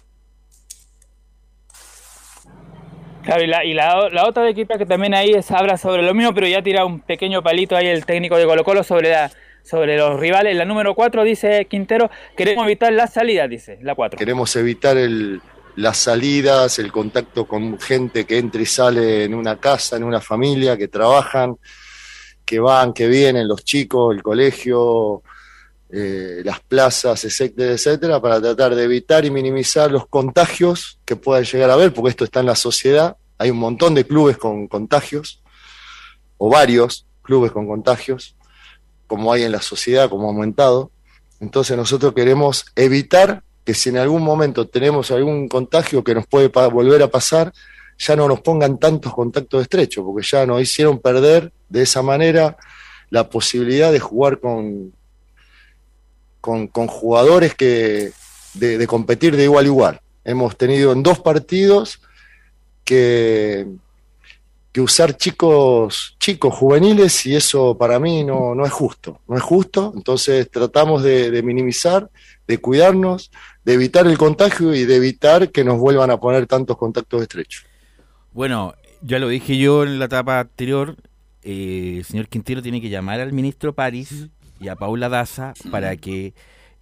Claro, y la otra de equipo que también ahí habla sobre lo mismo, pero ya tira un pequeño palito ahí el técnico de Colo-Colo sobre los rivales. La número 4 dice Quintero: queremos evitar las salidas, dice la 4. Queremos evitar las salidas, el contacto con gente que entra y sale en una casa, en una familia, que trabajan, que van, que vienen, los chicos, el colegio, las plazas, etcétera, etcétera, para tratar de evitar y minimizar los contagios que puedan llegar a haber, porque esto está en la sociedad. Hay un montón de clubes con contagios, o varios clubes con contagios, como hay en la sociedad, como ha aumentado. Entonces nosotros queremos evitar que si en algún momento tenemos algún contagio que nos puede volver a pasar, ya no nos pongan tantos contactos estrechos, porque ya nos hicieron perder de esa manera la posibilidad de jugar con jugadores de competir de igual a igual. Hemos tenido en 2 partidos que usar chicos juveniles, y eso para mí no es justo. Entonces tratamos de minimizar de cuidarnos, de evitar el contagio y de evitar que nos vuelvan a poner tantos contactos estrechos. Bueno, ya lo dije yo en la etapa anterior, el señor Quintero tiene que llamar al ministro París y a Paula Daza para que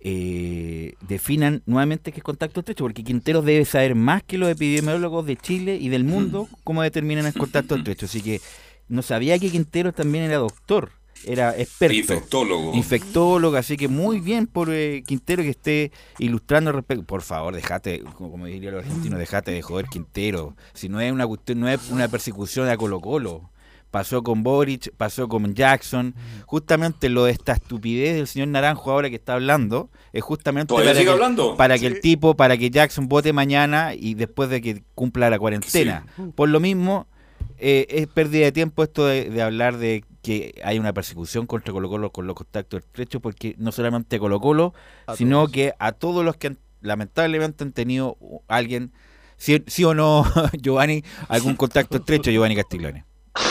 definan nuevamente qué es contacto estrecho, porque Quintero debe saber más que los epidemiólogos de Chile y del mundo cómo determinan el contacto estrecho. Así que no sabía que Quintero también era doctor, era experto. Infectólogo, así que muy bien por Quintero que esté ilustrando al respecto. Por favor, dejate, como dirían los argentinos, dejate de joder, Quintero. Si no es una cuestión, no es una persecución a Colo-Colo. Pasó con Boric, pasó con Jackson. Justamente lo de esta estupidez del señor Naranjo ahora que está hablendo es justamente para que Jackson vote mañana y después de que cumpla la cuarentena. Sí. Por lo mismo, es pérdida de tiempo esto de hablar de que hay una persecución contra Colo-Colo con los contactos estrechos, porque no solamente Colo-Colo, sino que a todos los que lamentablemente han tenido alguien, sí o no, Giovanni, algún contacto estrecho, Giovanni Castiglione.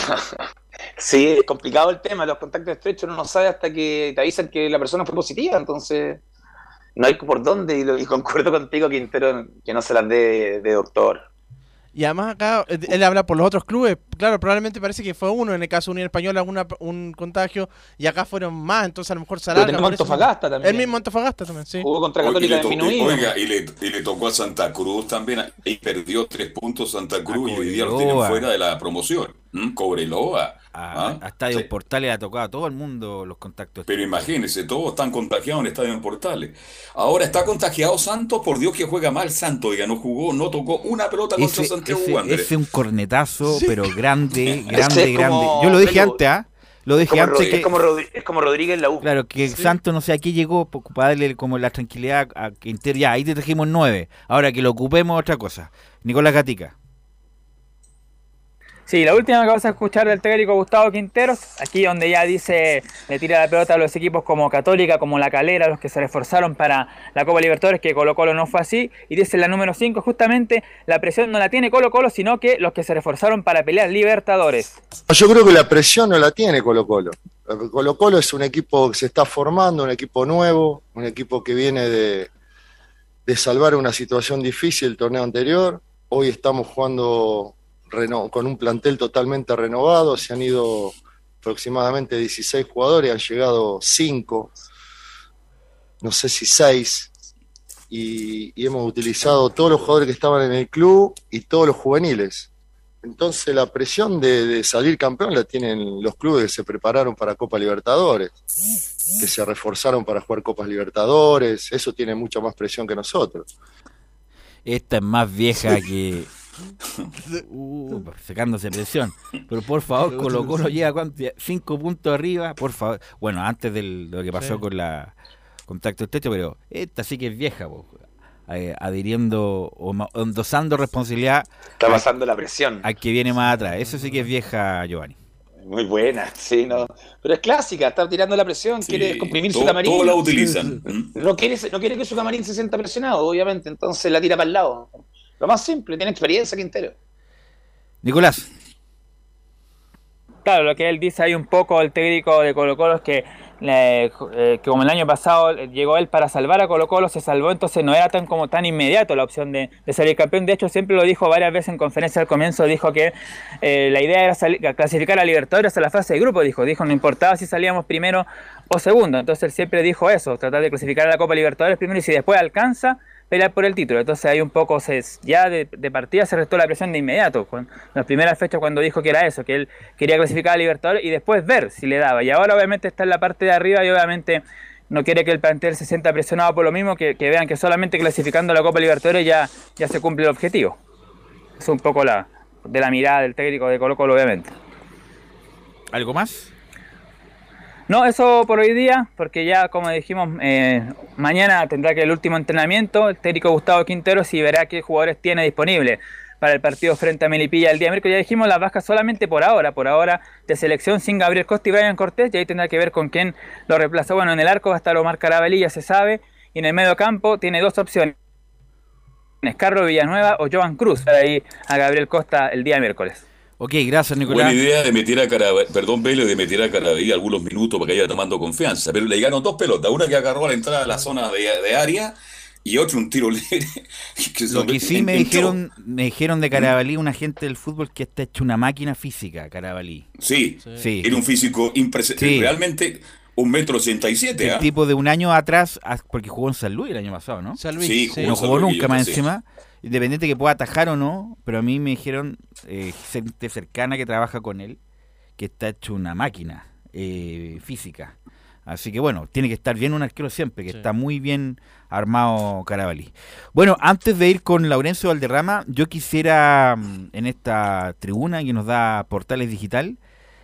Sí, es complicado el tema, los contactos estrechos uno no sabe hasta que te avisan que la persona fue positiva, entonces no hay por dónde, y concuerdo contigo, Quintero, que no se las dé de doctor. Y además acá él habla por los otros clubes, claro, probablemente parece que fue uno, en el caso de Unión Española un contagio, y acá fueron más, entonces a lo mejor se alarga. El mismo Antofagasta también. El mismo Antofagasta también, sí. Jugó contra Católica de Minuino. Oiga, y le tocó a Santa Cruz también, y perdió 3 puntos Santa Cruz, y hoy día lo tienen fuera de la promoción. Cobreloa. A Estadio Portales ha tocado a todo el mundo los contactos. Pero imagínense, todos están contagiados en Estadio Portales. Ahora está contagiado Santos, por Dios que juega mal Santos, ya no jugó, no tocó una pelota contra Santiago Wanderers. Ese es un cornetazo, pero grande. Yo lo dije antes, Lo dije antes que... Es como Rodríguez en la U. Claro, que Santos no sé a qué llegó para darle como la tranquilidad a Quintero. Ya, ahí te trajimos 9. Ahora que lo ocupemos otra cosa. Nicolás Gatica. Sí, la última que vamos a escuchar del técnico Gustavo Quinteros, aquí donde ya dice, le tira la pelota a los equipos como Católica, como La Calera, los que se reforzaron para la Copa Libertadores, que Colo-Colo no fue así, y dice la número 5, justamente la presión no la tiene Colo-Colo, sino que los que se reforzaron para pelear Libertadores. Yo creo que la presión no la tiene Colo-Colo. Colo-Colo es un equipo que se está formando, un equipo nuevo, un equipo que viene de salvar una situación difícil el torneo anterior. Hoy estamos jugando con un plantel totalmente renovado, se han ido aproximadamente 16 jugadores, han llegado 5, no sé si 6, y hemos utilizado todos los jugadores que estaban en el club y todos los juveniles. Entonces la presión de salir campeón la tienen los clubes que se prepararon para Copa Libertadores, que se reforzaron para jugar Copas Libertadores, eso tiene mucha más presión que nosotros. Esta es más vieja que... secándose presión. Pero por favor, Colo-Colo llega 5 puntos arriba, por favor. Bueno, antes de lo que pasó con la contacto estrecho, pero esta sí que es vieja, adhiriendo o endosando responsabilidad. Está pasando la presión al que viene más atrás. Eso sí que es vieja, Giovanni. Muy buena, sí, no. Pero es clásica, está tirando la presión, sí, quiere comprimir su camarín. Todos la utilizan. No quiere que su camarín se sienta presionado, obviamente, entonces la tira para el lado. Lo más simple, tiene experiencia Quintero. Nicolás. Claro, lo que él dice ahí un poco, el técnico de Colo-Colo, es que como el año pasado llegó él para salvar a Colo-Colo, se salvó, entonces no era tan inmediato la opción de salir campeón. De hecho, siempre lo dijo varias veces en conferencia al comienzo, dijo que la idea era clasificar a Libertadores a la fase de grupo, dijo, no importaba si salíamos primero o segundo, entonces él siempre dijo eso, tratar de clasificar a la Copa Libertadores primero y si después alcanza, pelear por el título. Entonces ahí un poco ya de partida se restó la presión de inmediato, con las primeras fechas cuando dijo que era eso, que él quería clasificar a Libertadores y después ver si le daba. Y ahora obviamente está en la parte de arriba y obviamente no quiere que el plantel se sienta presionado por lo mismo, que vean que solamente clasificando a la Copa Libertadores ya se cumple el objetivo. Es un poco de la mirada del técnico de Colo-Colo, obviamente. ¿Algo más? No, eso por hoy día, porque ya como dijimos, mañana tendrá que el último entrenamiento, el técnico Gustavo Quinteros, y verá qué jugadores tiene disponible para el partido frente a Melipilla el día miércoles. Ya dijimos las bajas solamente por ahora de selección sin Gabriel Costa y Brian Cortés, y ahí tendrá que ver con quién lo reemplaza. Bueno, en el arco va a estar Omar Carabalí, ya se sabe, y en el medio campo tiene 2 opciones, Carlos Villanueva o Joan Cruz, para ir a Gabriel Costa el día miércoles. Ok, gracias, Nicolás. Buena idea de meter a Carabalí algunos minutos para que vaya tomando confianza, pero le llegaron 2 pelotas, una que agarró a la entrada de la zona de área y otro un tiro libre. Lo que sí me dijeron de Carabalí, un agente del fútbol, que está hecho una máquina física, Carabalí. Sí. Era un físico impresionante, realmente 1,87 m. El tipo de un año atrás, porque jugó en San Luis el año pasado, ¿no? San Luis. No jugó nunca más encima. Independiente que pueda atajar o no, pero a mí me dijeron, gente cercana que trabaja con él, que está hecho una máquina física. Así que bueno, tiene que estar bien un arquero siempre, que está muy bien armado Carabalí. Bueno, antes de ir con Laurencio Valderrama, yo quisiera, en esta tribuna que nos da Portales Digital,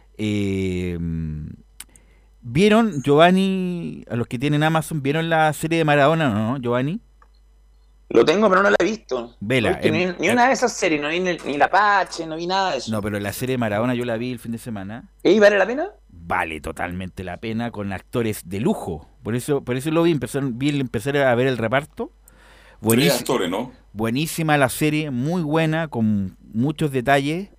¿vieron, Giovanni, a los que tienen Amazon, vieron la serie de Maradona, no, Giovanni? Lo tengo, pero no la he visto. Vela. Ni una de esas series, no vi ni la Apache, no vi nada de eso. No, pero la serie de Maradona yo la vi el fin de semana. ¿Y vale la pena? Vale totalmente la pena, con actores de lujo. Por eso lo vi, empecé a ver el reparto. Actores, ¿no? Buenísima la serie, muy buena, con muchos detalles.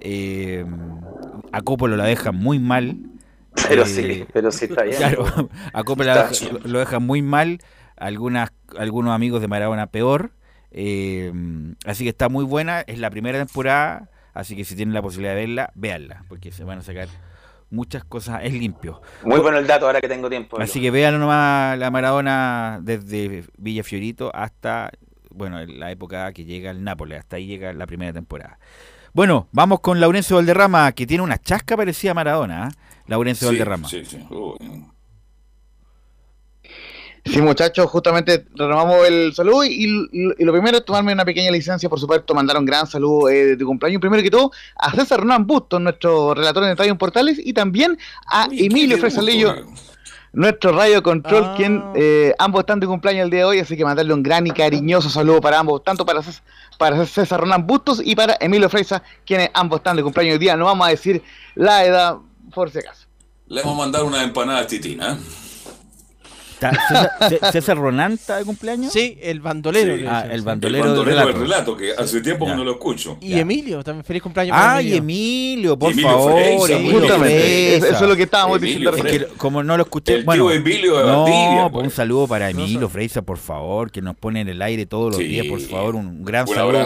A Coppola la dejan muy mal. Pero sí está bien. Claro, a Coppola lo dejan muy mal. Algunos amigos de Maradona peor, así que está muy buena, es la primera temporada, así que si tienen la posibilidad de verla, véanla, porque se van a sacar muchas cosas, es limpio. Muy bueno el dato ahora que tengo tiempo. Así que véanlo nomás, la Maradona desde Villa Fiorito hasta, bueno, la época que llega el Nápoles, hasta ahí llega la primera temporada. Bueno, vamos con Laurencio Valderrama, que tiene una chasca parecida a Maradona, Laurencio Valderrama. Sí. Sí, muchachos, justamente renovamos el saludo y lo primero es tomarme una pequeña licencia, por supuesto, mandar un gran saludo de cumpleaños, primero que todo, a César Hernán Bustos, nuestro relator en Estadio Portales, y también a Emilio Fresalillo, nuestro radio control, quien ambos están de cumpleaños el día de hoy, así que mandarle un gran y cariñoso saludo para ambos, tanto para César Hernán Bustos y para Emilio Freisa, quienes ambos están de cumpleaños hoy día. No vamos a decir la edad, por si acaso. Le vamos a mandar una empanada titina. ¿César Ronán está de cumpleaños? Sí, el bandolero. Sí. El bandolero del relato, que hace tiempo que no lo escucho. Y Emilio, también feliz cumpleaños para Emilio. Y Emilio, por favor. Justamente, eso es lo que estábamos diciendo. Como no lo escuché, un saludo para Emilio Freisa, por favor, que nos pone en el aire todos los días, por favor. Un gran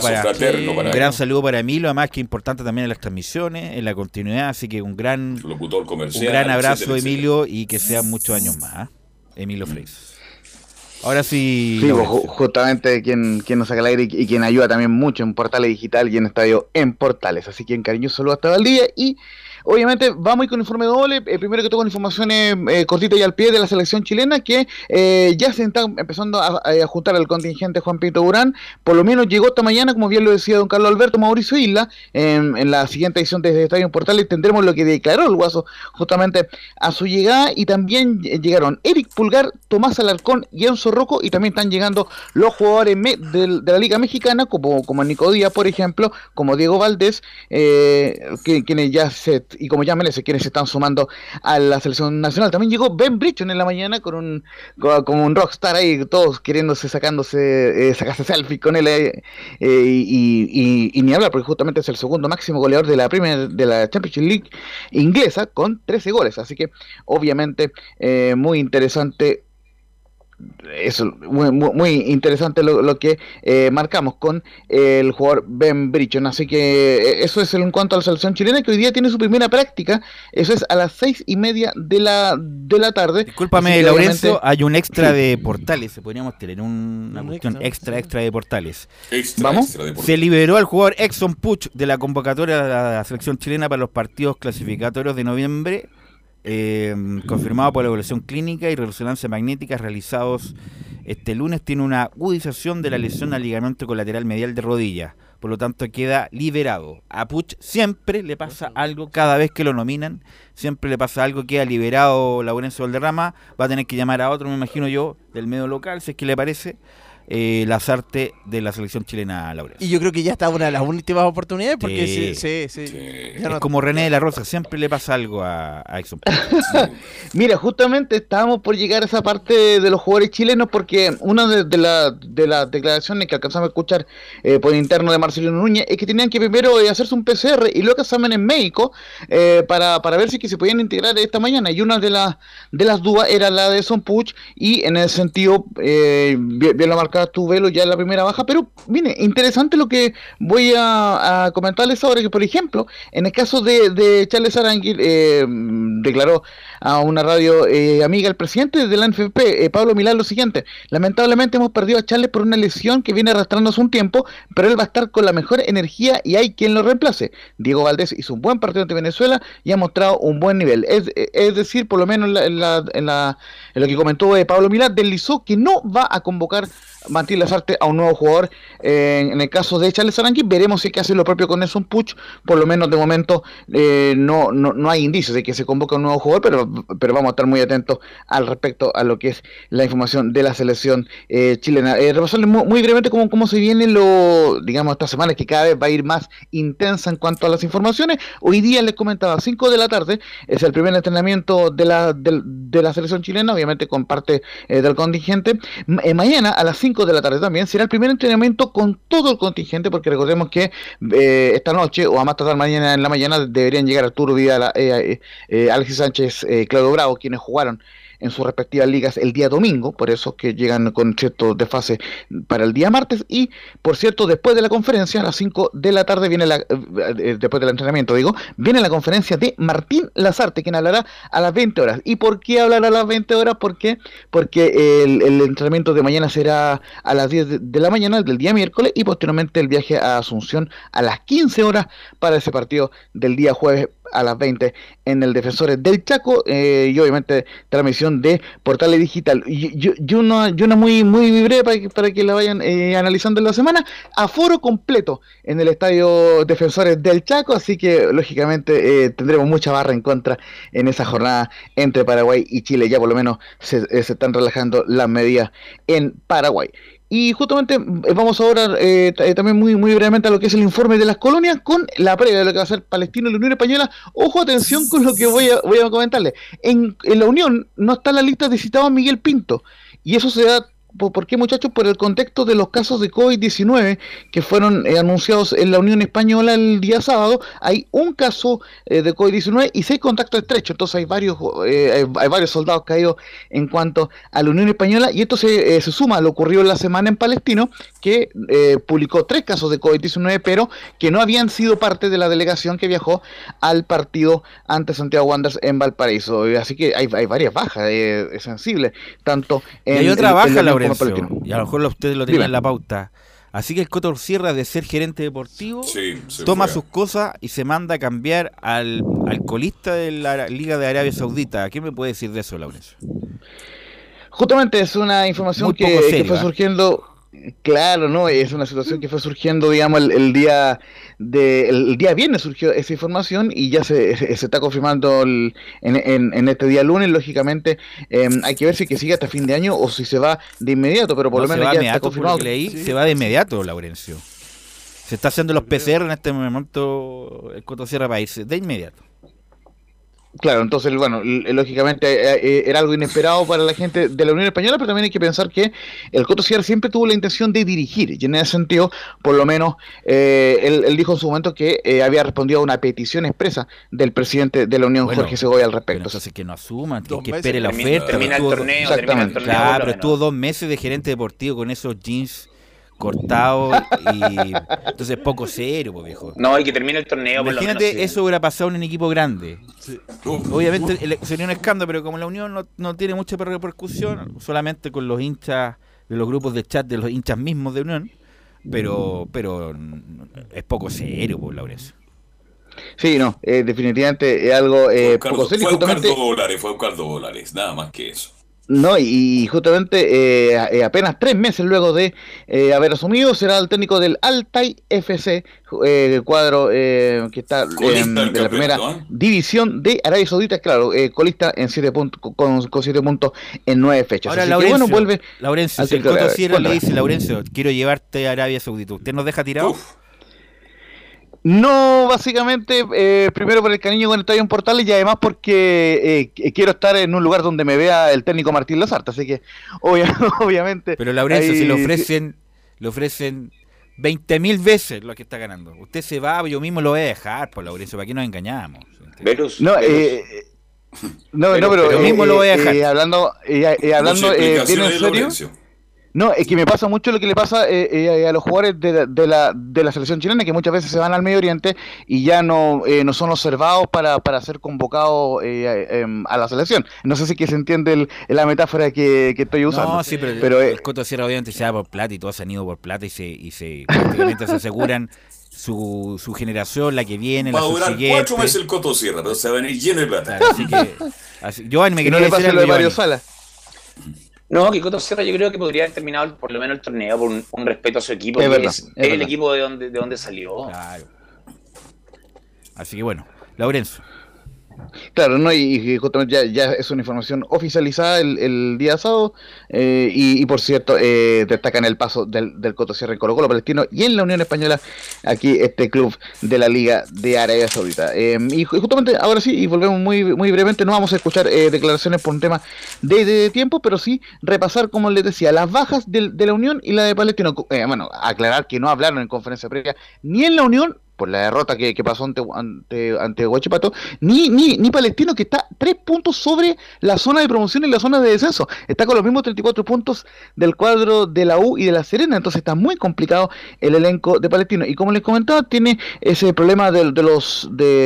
saludo para Emilio, además que es importante también en las transmisiones, en la continuidad, así que un gran abrazo, Emilio, y que sean muchos años más. Emilio Freisa. Ahora sí. Sí, justamente quien nos saca el aire y quien ayuda también mucho en Portales Digital y en Estadio en Portales. Así que un cariñoso saludo hasta Valdivia y obviamente vamos a ir con informe doble. Primero que todo con informaciones cortitas y al pie de la selección chilena que ya se está empezando a juntar al contingente Juan Pinto Durán. Por lo menos llegó esta mañana, como bien lo decía don Carlos Alberto Mauricio Isla. En la siguiente edición de Estadio en Portales tendremos lo que declaró el Guaso justamente a su llegada, y también llegaron Eric Pulgar, Tomás Alarcón y Enzo Rocco, y también están llegando los jugadores de la Liga Mexicana como Nico Díaz, por ejemplo, como Diego Valdés, quienes ya como ya Menezes, quienes se están sumando a la selección nacional. También llegó Ben Brichon en la mañana como un rockstar ahí, todos queriéndose sacarse selfie con él, y ni hablar, porque justamente es el segundo máximo goleador de la Championship League inglesa con 13 goles, así que obviamente muy interesante. Eso, muy interesante lo que marcamos con el jugador Ben Brichon. Así que eso es en cuanto a la selección chilena, que hoy día tiene su primera práctica. Eso es a las 6:30 de la tarde. Discúlpame, Laurencio, hay un extra de Portales. Podríamos tener una cuestión extra de Portales. ¿Vamos? Se liberó al jugador Exxon Puch de la convocatoria de la selección chilena para los partidos clasificatorios de noviembre, confirmado por la evaluación clínica y resonancia magnética realizados este lunes. Tiene una agudización de la lesión al ligamento colateral medial de rodilla, por lo tanto queda liberado. A Puch siempre le pasa algo, cada vez que lo nominan siempre le pasa algo, queda liberado Laurencio Valderrama. Va a tener que llamar a otro, me imagino yo, del medio local, si es que le parece, Lazarte de la selección chilena, Laurencio. Y yo creo que ya está una de las últimas oportunidades porque sí. Es como René de la Rosa, siempre le pasa algo a Exxon. Mira, justamente estábamos por llegar a esa parte de los jugadores chilenos porque una de las declaraciones que alcanzamos a escuchar por interno de Marcelino Núñez es que tenían que primero hacerse un PCR y luego examen en médico para ver si que se podían integrar esta mañana, y una de las dudas era la de Son Puig, y en ese sentido bien lo marcaba tu Velo ya en la primera baja. Pero mire, interesante lo que voy a comentarles ahora, que por ejemplo en el caso de Charles Aránguiz, declaró a una radio amiga el presidente de la NFP, Pablo Milán, lo siguiente: lamentablemente hemos perdido a Charles por una lesión que viene arrastrando hace un tiempo, pero él va a estar con la mejor energía y hay quien lo reemplace. Diego Valdés hizo un buen partido ante Venezuela y ha mostrado un buen nivel. Es decir, por lo menos en lo que comentó Pablo Milán, deslizó que no va a convocar Martín Lazarte a un nuevo jugador. En el caso de Charles Aránguiz, veremos si es que hace lo propio con Nelson Puig. Por lo menos de momento no hay indicios de que se convoque a un nuevo jugador, pero vamos a estar muy atentos al respecto a lo que es la información de la selección chilena. Repasarles muy brevemente cómo se viene esta semana, que cada vez va a ir más intensa en cuanto a las informaciones. Hoy día les comentaba, 5 de la tarde es el primer entrenamiento de la selección chilena, obviamente con parte del contingente. Mañana a las 5 de la tarde también será el primer entrenamiento con todo el contingente, porque recordemos que esta noche o a más tardar mañana en la mañana deberían llegar Arturo Vidal, Alexis Sánchez, Claudio Bravo, quienes jugaron en sus respectivas ligas el día domingo, por eso que llegan con cierto desfase para el día martes. Y por cierto, después de la conferencia, a las 5 de la tarde después del entrenamiento viene la conferencia de Martín Lazarte, quien hablará a las 20 horas. ¿Y por qué hablará a las 20 horas? Porque el entrenamiento de mañana será a las 10 de la mañana del día miércoles, y posteriormente el viaje a Asunción a las 15 horas para ese partido del día jueves a las 20 en el Defensores del Chaco, y obviamente transmisión de Portales Digital. Y una muy breve para que la vayan analizando en la semana. Aforo completo en el estadio Defensores del Chaco, así que lógicamente tendremos mucha barra en contra en esa jornada entre Paraguay y Chile. Ya por lo menos se están relajando las medidas en Paraguay. Y justamente vamos ahora también muy brevemente a lo que es el informe de las colonias, con la previa de lo que va a ser Palestino y la Unión Española. Ojo, atención con lo que voy a comentarles. En la Unión no está en la lista de citado Miguel Pinto, y eso se da ¿Por qué, muchachos? Por el contexto de los casos de COVID-19 que fueron anunciados en la Unión Española el día sábado. Hay un caso de COVID-19 y 6 contactos estrechos. Entonces hay varios soldados caídos en cuanto a la Unión Española, y esto se suma a lo ocurrido en la semana en Palestino, que publicó 3 casos de COVID-19, pero que no habían sido parte de la delegación que viajó al partido ante Santiago Wanderers en Valparaíso. Así que hay varias bajas sensibles, tanto en... Y hay otra baja, Laurencio, y a lo mejor ustedes lo tenían en la pauta. Así que el Coto Sierra, de ser gerente deportivo, toma sus cosas y se manda a cambiar al colista de la Liga de Arabia Saudita. ¿Qué me puede decir de eso, Laurencio? Justamente es una información que fue surgiendo. Claro, no, es una situación que fue surgiendo, digamos, el día viernes surgió esa información, y ya se está confirmando en este día lunes. Lógicamente hay que ver si que sigue hasta fin de año o si se va de inmediato, pero por lo menos ya está confirmado. Se va de inmediato, Laurencio. Se está haciendo los PCR en este momento, el Coto Sierra para irse de inmediato. Claro, entonces, bueno, lógicamente era algo inesperado para la gente de la Unión Española, pero también hay que pensar que el Coto Sierra siempre tuvo la intención de dirigir, y en ese sentido, por lo menos, él dijo en su momento que había respondido a una petición expresa del presidente de la Unión, Jorge Segovia, al respecto. Entonces que no asuman, que espere la oferta. Termina el torneo. Claro, pero estuvo 2 meses de gerente deportivo con esos jeans cortado, y entonces poco serio, pues, viejo. No, hay que terminar el torneo. Imagínate, eso hubiera pasado en un equipo grande. Sí. Obviamente sería un escándalo, pero como la Unión no tiene mucha repercusión, solamente con los hinchas de los grupos de chat de los hinchas mismos de Unión, pero es poco serio, pues, Laurencio. Sí, no, definitivamente es algo poco serio. Fue buscar dólares, nada más que eso. No, y justamente apenas 3 meses luego de haber asumido, será el técnico del Altay FC, cuadro que está de la primera división de Arabia Saudita, claro, colista en 7 puntos, con 7 puntos en 9 fechas. Ahora, así Laurencio, que, bueno, vuelve. Laurencio, si el Coto Sierra le dice, Laurencio, quiero llevarte a Arabia Saudita, ¿usted nos deja tirado? No, básicamente, primero por el cariño con el Estadio Portales y además porque quiero estar en un lugar donde me vea el técnico Martín Lazarte, así que obviamente... Pero Laurencio, ahí, si le ofrecen 20.000 veces lo que está ganando, usted se va, yo mismo lo voy a dejar, pues Laurencio, ¿para qué nos engañamos? Pero mismo lo voy a dejar. Hablando bien en serio... No, es que me pasa mucho lo que le pasa a los jugadores de la selección chilena, que muchas veces se van al Medio Oriente y ya no son observados para ser convocados a la selección. No sé si que se entiende la metáfora que estoy usando. No, sí, pero el Coto Sierra obviamente se va por plata y todos se han ido por plata y prácticamente se aseguran su generación, la que viene, va la a durar subsiguiente. 4 meses el Coto Sierra, pero se va a venir lleno de plata. Claro, así que, Giovanni, me quería no le pasa decir lo de Mario Giovanni. Sala. No, que Coto Sierra yo creo que podría haber terminado por lo menos el torneo por un respeto a su equipo, que es el equipo de donde salió. Claro. Así que bueno, Laurencio. Claro, no, y justamente ya es una información oficializada el día sábado, y por cierto, destacan el paso del Coto Sierra en Colo-Colo Palestino y en la Unión Española, aquí este club de la Liga de Arabia Saudita. Y justamente ahora sí, y volvemos muy brevemente, no vamos a escuchar declaraciones por un tema de tiempo, pero sí repasar, como les decía, las bajas de la Unión y la de Palestino. Bueno, aclarar que no hablaron en conferencia previa ni en la Unión por la derrota que pasó ante Huachipato, ni Palestino, que está 3 puntos sobre la zona de promoción y la zona de descenso. Está con los mismos 34 puntos del cuadro de la U y de la Serena, entonces está muy complicado el elenco de Palestino. Y como les comentaba, tiene ese problema de los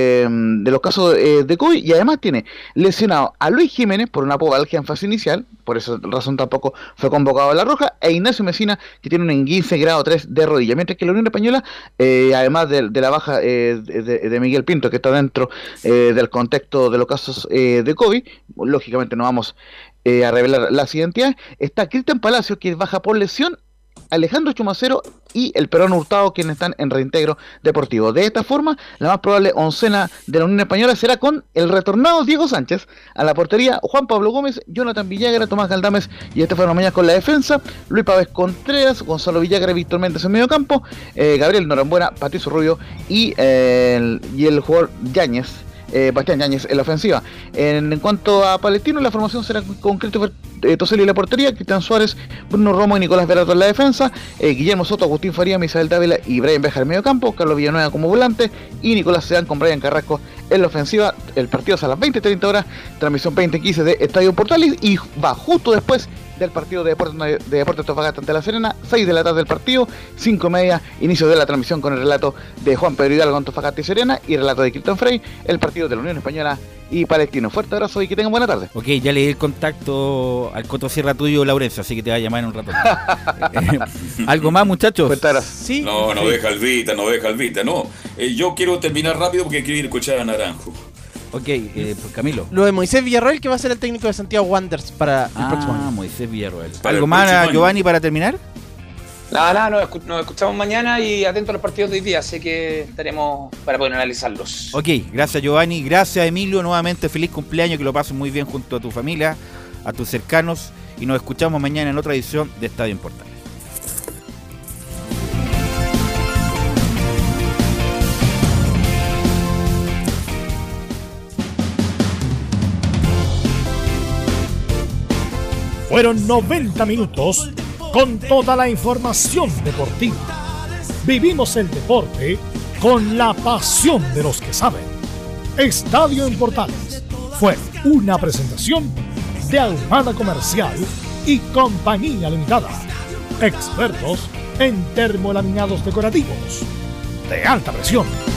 casos de COVID, y además tiene lesionado a Luis Jiménez por una pubalgia en fase inicial, por esa razón tampoco fue convocado a la Roja, e Ignacio Mesina, que tiene un esguince grado 3 de rodilla, mientras que la Unión Española, además de la baja de Miguel Pinto, que está dentro del contexto de los casos de COVID, lógicamente no vamos a revelar las identidades, está Cristian Palacios, que baja por lesión, Alejandro Chumacero y el peruano Hurtado, quienes están en reintegro deportivo. De esta forma, la más probable oncena de la Unión Española será con el retornado Diego Sánchez a la portería, Juan Pablo Gómez, Jonathan Villagra, Tomás Galdames y Estefano Mañas con la defensa, Luis Pávez Contreras, Gonzalo Villagra y Víctor Méndez en medio campo, Gabriel Norambuena, Patricio Rubio y el jugador Yáñez, Bastián Yáñez en la ofensiva. En cuanto a Palestino, la formación será con Christopher Toselli en la portería, Cristian Suárez, Bruno Romo y Nicolás Verato en la defensa, Guillermo Soto, Agustín Faría, Misael Dávila y Brian Bejar en medio campo, Carlos Villanueva como volante y Nicolás Sedán con Brian Carrasco en la ofensiva. El partido es a las 20:30 horas, transmisión 20:15 de Estadio Portales, y va justo después del partido de Deportes Antofagasta ante La Serena, 6 de la tarde del partido, 5:30 inicio de la transmisión con el relato de Juan Pedro Hidalgo, Antofagasta y Serena, y relato de Cristian Frey, el partido de la Unión Española y Palestino. Fuerte abrazo y que tengan buena tarde. Ok, ya le di el contacto al Coto Sierra tuyo, Laurencio, así que te va a llamar en un rato. ¿Algo más, muchachos? Sí. No deja el Vita, no. Yo quiero terminar rápido porque quiero ir a escuchar a Naranjo. Ok, pues Camilo. Lo de Moisés Villarroel, que va a ser el técnico de Santiago Wanderers para el próximo año. Moisés Villarroel. ¿Algo más, Giovanni, para terminar? Nada, nos escuchamos mañana y atentos a los partidos de hoy día, así que estaremos para poder analizarlos. Ok, gracias Giovanni, gracias Emilio, nuevamente feliz cumpleaños, que lo pases muy bien junto a tu familia, a tus cercanos, y nos escuchamos mañana en otra edición de Estadio en Portales. Fueron 90 minutos con toda la información deportiva. Vivimos el deporte con la pasión de los que saben. Estadio en Portales fue una presentación de Ahumada Comercial y Compañía Limitada. Expertos en termolaminados decorativos de alta presión.